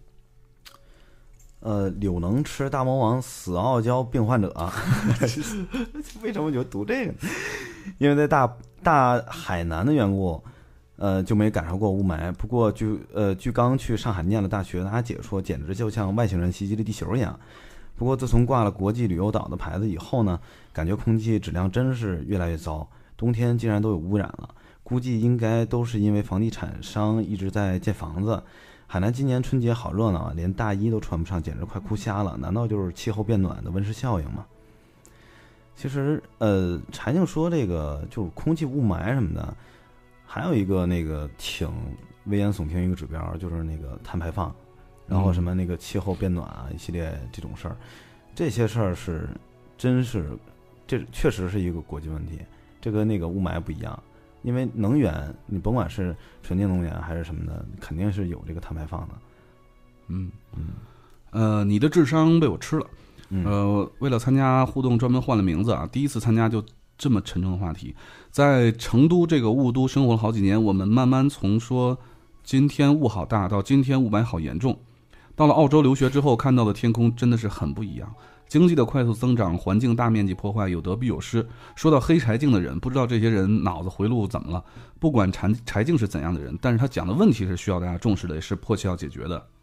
呃，柳能吃大魔王死傲娇病患者，为什么就读这个呢？因为在大大海南的缘故，呃，就没感受过雾霾。不过据呃据刚去上海念了大学，他姐说，简直就像外星人袭击了地球一样。不过自从挂了国际旅游岛的牌子以后呢，感觉空气质量真是越来越糟，冬天竟然都有污染了。估计应该都是因为房地产商一直在建房子。海南今年春节好热闹啊，连大衣都穿不上，简直快哭瞎了。难道就是气候变暖的温室效应吗？其实，呃，柴静说这个就是空气雾霾什么的，还有一个那个挺危言耸听一个指标，就是那个碳排放，然后什么那个气候变暖啊，一系列这种事儿，这些事儿是真是，这确实是一个国际问题，这跟那个雾霾不一样。因为能源，你甭管是纯净能源还是什么的，肯定是有这个碳排放的。 嗯嗯，呃，你的智商被我吃了。呃，为了参加互动，专门换了名字啊。第一次参加就这么沉重的话题，在成都这个雾都生活了好几年，我们慢慢从说今天雾好大到今天雾霾好严重。到了澳洲留学之后，看到的天空真的是很不一样。经济的快速增长，环境大面积破坏，有得必有失。说到黑柴静的人，不知道这些人脑子回路怎么了。不管柴柴静是怎样的人，但是他讲的问题是需要大家重视的，也是迫切要解决的。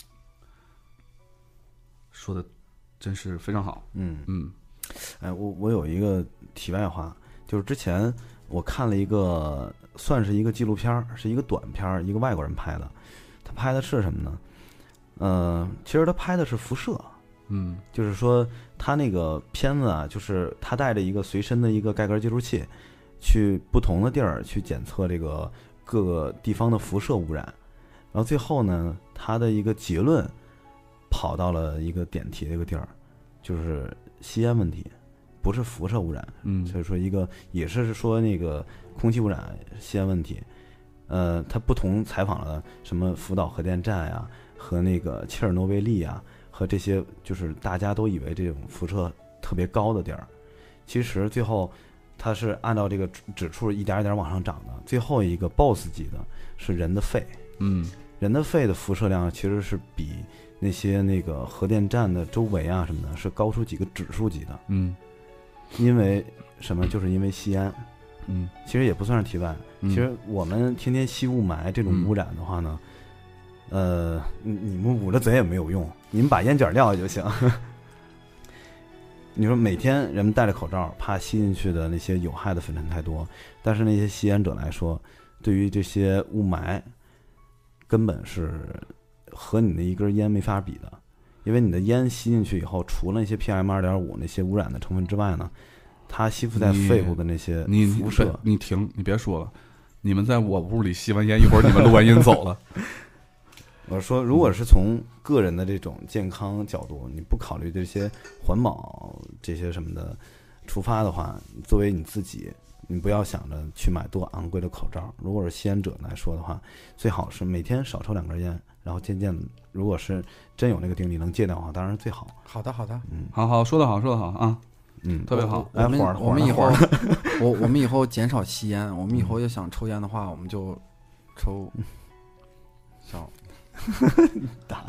说的真是非常好。 嗯嗯， 哎，我我有一个题外话，就是之前我看了一个算是一个纪录片，是一个短片，一个外国人拍的。他拍的是什么呢？呃，其实他拍的是辐射。 嗯， 就是说他那个片子啊，就是他带着一个随身的一个盖格接触器，去不同的地儿去检测这个各个地方的辐射污染，然后最后呢，他的一个结论跑到了一个点题的一个地儿，就是吸烟问题，不是辐射污染。 嗯， 所以说一个也是说那个空气污染、吸烟问题。呃，他不同采访了什么福岛核电站呀，和那个切尔诺贝利啊。和这些就是大家都以为这种辐射特别高的地儿，其实最后它是按照这个指数一点一点往上涨的。最后一个 boss 级的是人的肺， 嗯， 人的肺的辐射量其实是比那些那个核电站的周围啊什么的是高出几个指数级的。 嗯， 因为什么？就是因为吸烟。 嗯， 其实也不算是题外。其实我们天天吸雾霾这种污染的话呢。嗯呃，你们捂着嘴也没有用，你们把烟卷撂下就行。你说每天人们戴着口罩，怕吸进去的那些有害的粉尘太多，但是那些吸烟者来说，对于这些雾霾，根本是和你的一根烟没法比的，因为你的烟吸进去以后，除了那些 P M 二点五 那些污染的成分之外呢，它吸附在肺部的那些辐射， 你, 你, 你停，你别说了，你们在我屋里吸完烟，一会儿你们录完音走了。 我说，如果是从个人的这种健康角度，你不考虑这些环保这些什么的出发的话，作为你自己，你不要想着去买多昂贵的口罩。如果是吸烟者来说的话，最好是每天少抽两根烟，然后渐渐的，如果是真有那个定力能戒掉的话，当然最好。 好的，好的， 嗯， 好好说得好，说得好啊， 嗯， 特别好。 我们我们以后，我我们以后减少吸烟，我们以后要想抽烟的话，我们就抽小。 打，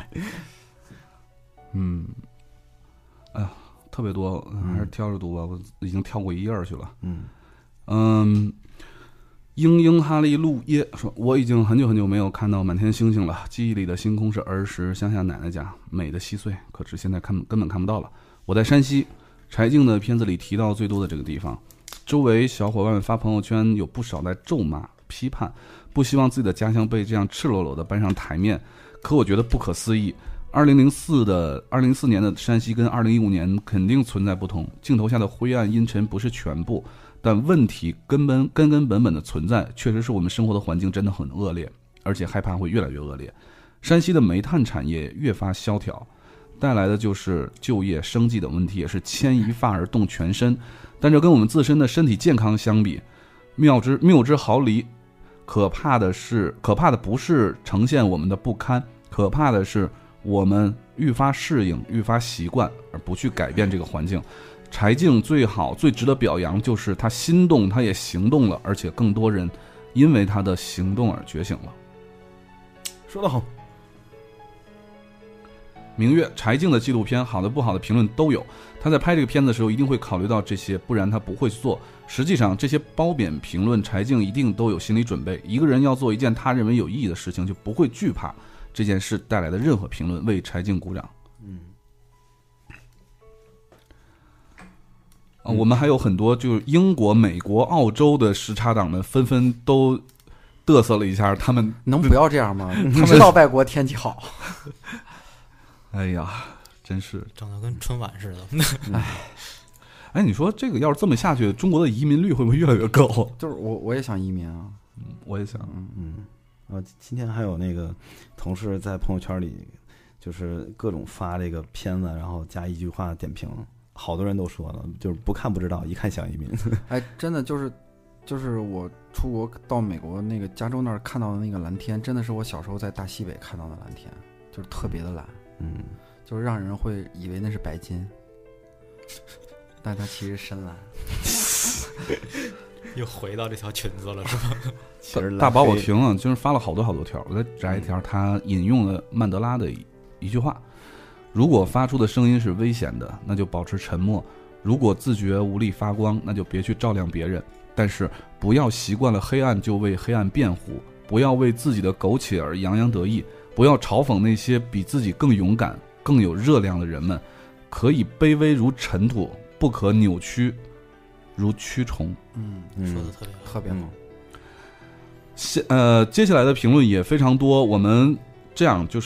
嗯，哎呀，特别多，还是挑着读吧。我已经跳过一页去了。 嗯嗯， 英英哈利路耶说：“我已经很久很久没有看到满天星星了，记忆里的星空是儿时乡下奶奶家，美的稀碎，可是现在看根本看不到了。我在山西，柴静的片子里提到最多的这个地方，周围小伙伴们发朋友圈有不少在咒骂、批判，不希望自己的家乡被这样赤裸裸的搬上台面。可我觉得不可思议。二零零四的二零零四年的山西跟二零一五年肯定存在不同，镜头下的灰暗阴沉不是全部。”但问题根本根根本本的存在，确实是我们生活的环境真的很恶劣，而且害怕会越来越恶劣。山西的煤炭产业越发萧条，带来的就是就业、生计等问题，也是牵一发而动全身。但这跟我们自身的身体健康相比，谬之谬之毫厘。可怕的是，可怕的不是呈现我们的不堪，可怕的是我们愈发适应、愈发习惯，而不去改变这个环境。柴静最好最值得表扬就是他心动，他也行动了，而且更多人因为他的行动而觉醒了。 说得好。 明月，柴静的纪录片好的不好的评论都有，他在拍这个片子的时候一定会考虑到这些，不然他不会做。实际上这些褒贬评论柴静一定都有心理准备，一个人要做一件他认为有意义的事情，就不会惧怕这件事带来的任何评论。为柴静鼓掌。 嗯啊，我们还有很多就是英国、美国、澳洲的时差党们纷纷都嘚瑟了一下，他们能不要这样吗？他知道外国天气好。 哎呀，真是整得跟春晚似的。 哎，哎，你说这个要是这么下去，中国的移民率会不会越来越高？ 就是我我也想移民啊， 嗯，我也想， 嗯嗯。啊，今天还有那个同事在朋友圈里，就是各种发这个片子，然后加一句话点评。好多人都说了，就是不看不知道，一看想移民。 哎，真的就是，就是我出国到美国那个加州那儿看到的那个蓝天，真的是我小时候在大西北看到的蓝天，就是特别的蓝， 嗯， 就是让人会以为那是白金，但它其实深蓝。 又回到这条裙子了，是吧？ 其实大宝我停了，就是发了好多好多条，我再摘一条，他引用了曼德拉的一一句话。如果发出的声音是危险的，那就保持沉默；如果自觉无力发光，那就别去照亮别人。但是不要习惯了黑暗就为黑暗辩护，不要为自己的苟且而洋洋得意，不要嘲讽那些比自己更勇敢、更有热量的人们。可以卑微如尘土，不可扭曲如蛆虫。 嗯， 说的特别好， 特别好。 下呃，接下来的评论也非常多，我们这样就是。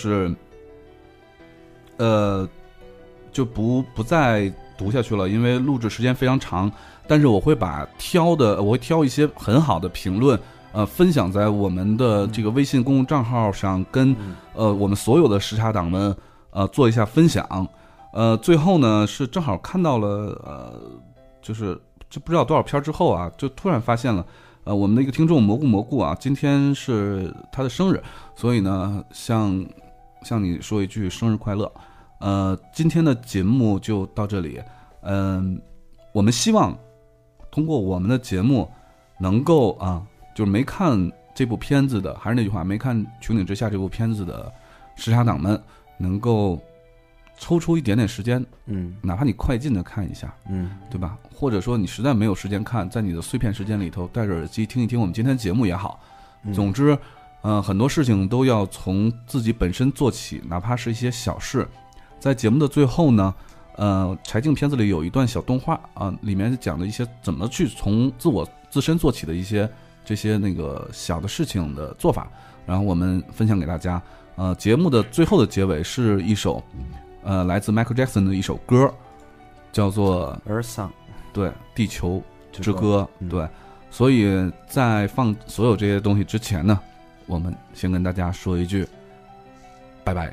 呃，就不不再读下去了，因为录制时间非常长。但是我会把挑的，我会挑一些很好的评论，呃，分享在我们的这个微信公众账号上，跟呃我们所有的时差党们呃做一下分享。呃，最后呢是正好看到了，呃，就是这不知道多少篇之后啊，就突然发现了，呃，我们的一个听众蘑菇蘑菇啊，今天是他的生日，所以呢，向向你说一句生日快乐。呃，今天的节目就到这里。嗯、呃，我们希望通过我们的节目，能够啊，就是没看这部片子的，还是那句话，没看《穹顶之下》这部片子的时差党们，能够抽出一点点时间， 嗯， 哪怕你快进的看一下， 嗯， 对吧？或者说你实在没有时间看，在你的碎片时间里头戴着耳机听一听我们今天节目也好。 嗯、 总之，呃，很多事情都要从自己本身做起，哪怕是一些小事。在节目的最后呢，呃，柴静片子里有一段小动画啊、呃，里面讲的一些怎么去从自我自身做起的一些这些那个小的事情的做法，然后我们分享给大家。呃，节目的最后的结尾是一首，呃，来自 Michael Jackson 的一首歌，叫做 《Earth Song》， 对，地球之歌， 歌嗯、 对。所以在放所有这些东西之前呢，我们先跟大家说一句，拜拜。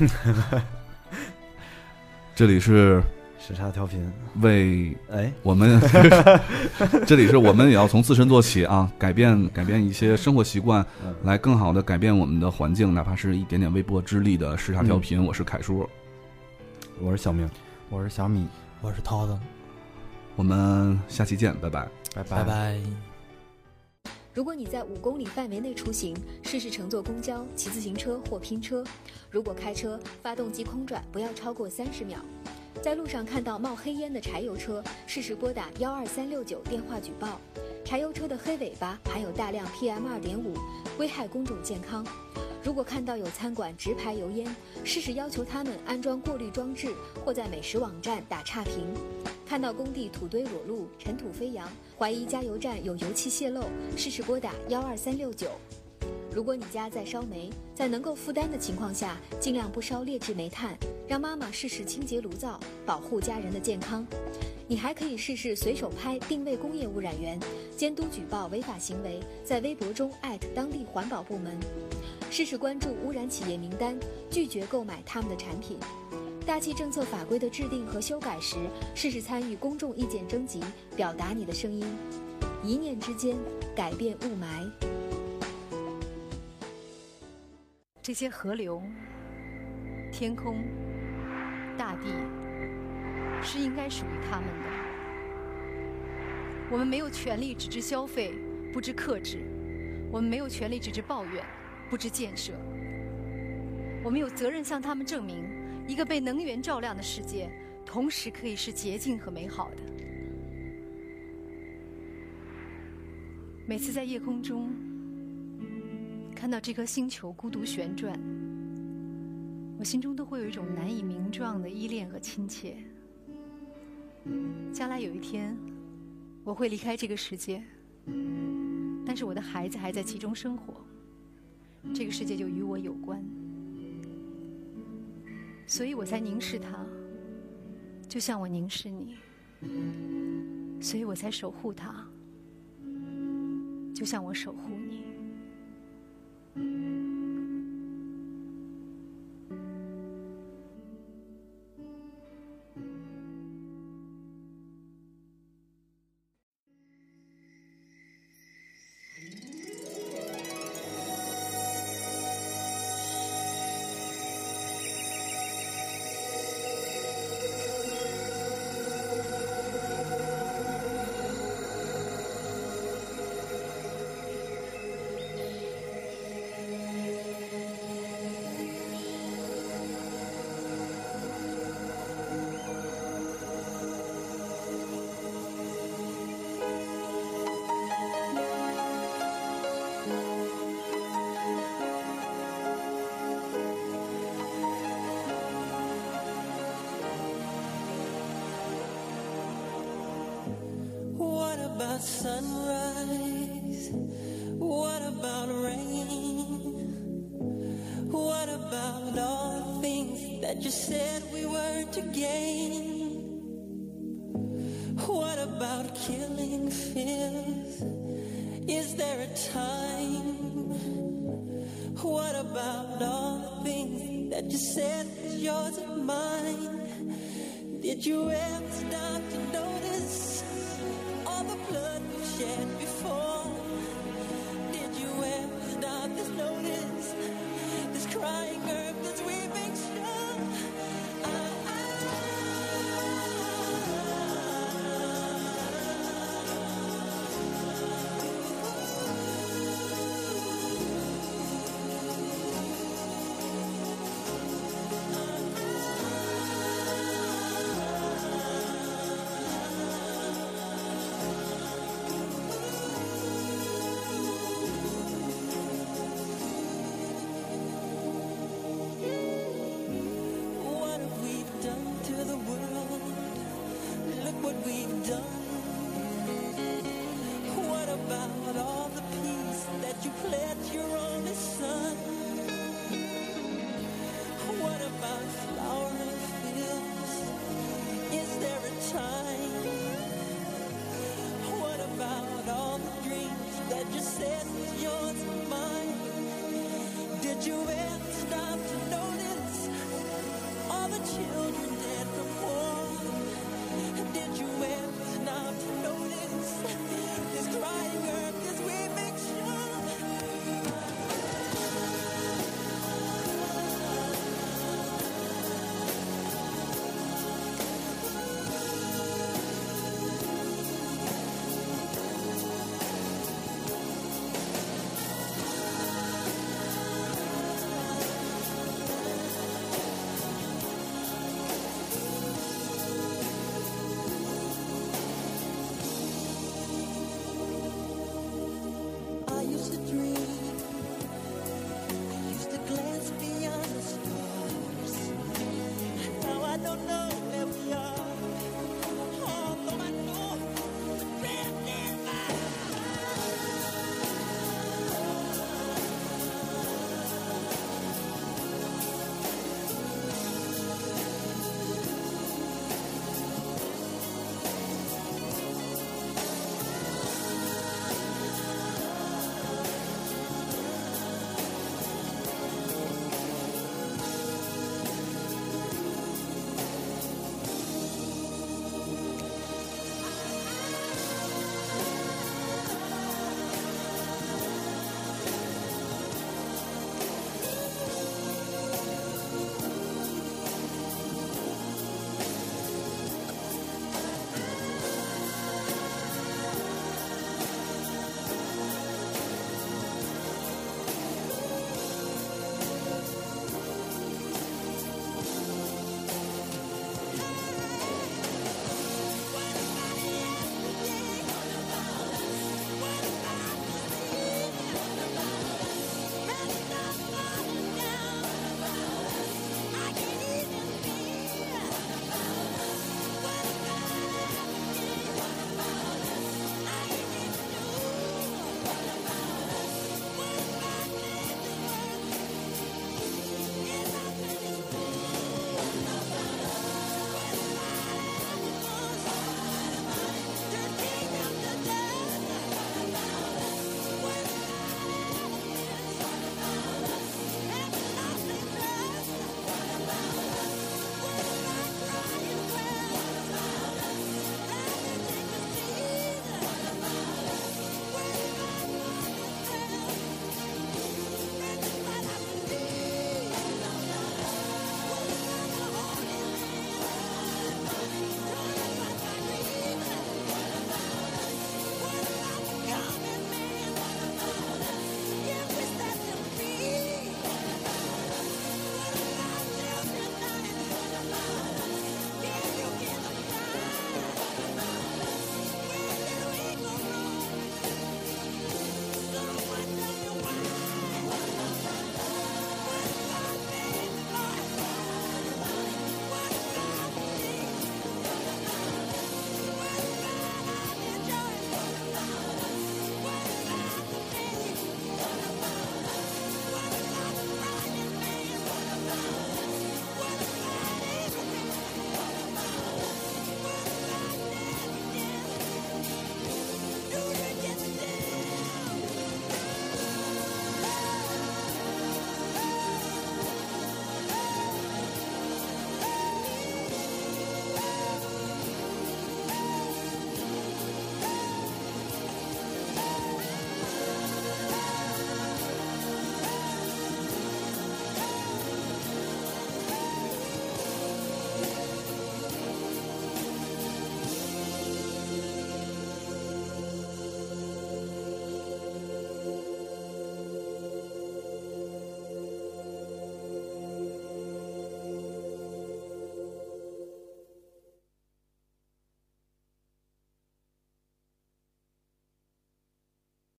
这里是时差调频， 为哎我们这里是我们也要从自身做起啊，改变改变一些生活习惯，来更好的改变我们的环境，哪怕是一点点微薄之力的时差调频。嗯、我是凯叔， 我是小明， 我是小米， 我是涛子， 我们下期见，拜拜， 拜拜拜。 如果你在五公里范围内出行，试试乘坐公交、骑自行车或拼车。如果开车，发动机空转不要超过三十秒。在路上看到冒黑烟的柴油车，适时拨打幺二三六九电话举报。 柴油车的黑尾巴含有大量 P M 二点五， 危害公众健康。如果看到有餐馆直排油烟，试试要求他们安装过滤装置，或在美食网站打差评。看到工地土堆裸露、尘土飞扬，怀疑加油站有油气泄漏，试试拨打幺二三六九。如果你家在烧煤，在能够负担的情况下，尽量不烧劣质煤炭，让妈妈试试清洁炉灶，保护家人的健康。你还可以试试随手拍定位工业污染源，监督举报违法行为，在微博中艾特当地环保部门。试试关注污染企业名单，拒绝购买他们的产品。大气政策法规的制定和修改时，试试参与公众意见征集，表达你的声音。一念之间，改变雾霾。 这些河流、天空、大地，是应该属于他们的。我们没有权利只知消费，不知克制；我们没有权利只知抱怨，不知建设。我们有责任向他们证明，一个被能源照亮的世界，同时可以是洁净和美好的。每次在夜空中看到这颗星球孤独旋转，我心中都会有一种难以名状的依恋和亲切。将来有一天，我会离开这个世界，但是我的孩子还在其中生活，这个世界就与我有关，所以我才凝视它，就像我凝视你，所以我才守护它，就像我守护你。 about sunrise? What about rain? What about all the things that you said we were to gain? What about killing fears? Is there a time? What about all the things that you said was yours and mine? Did you ever stop to notice all the blood we've shed before? Did you ever stop to notice this crying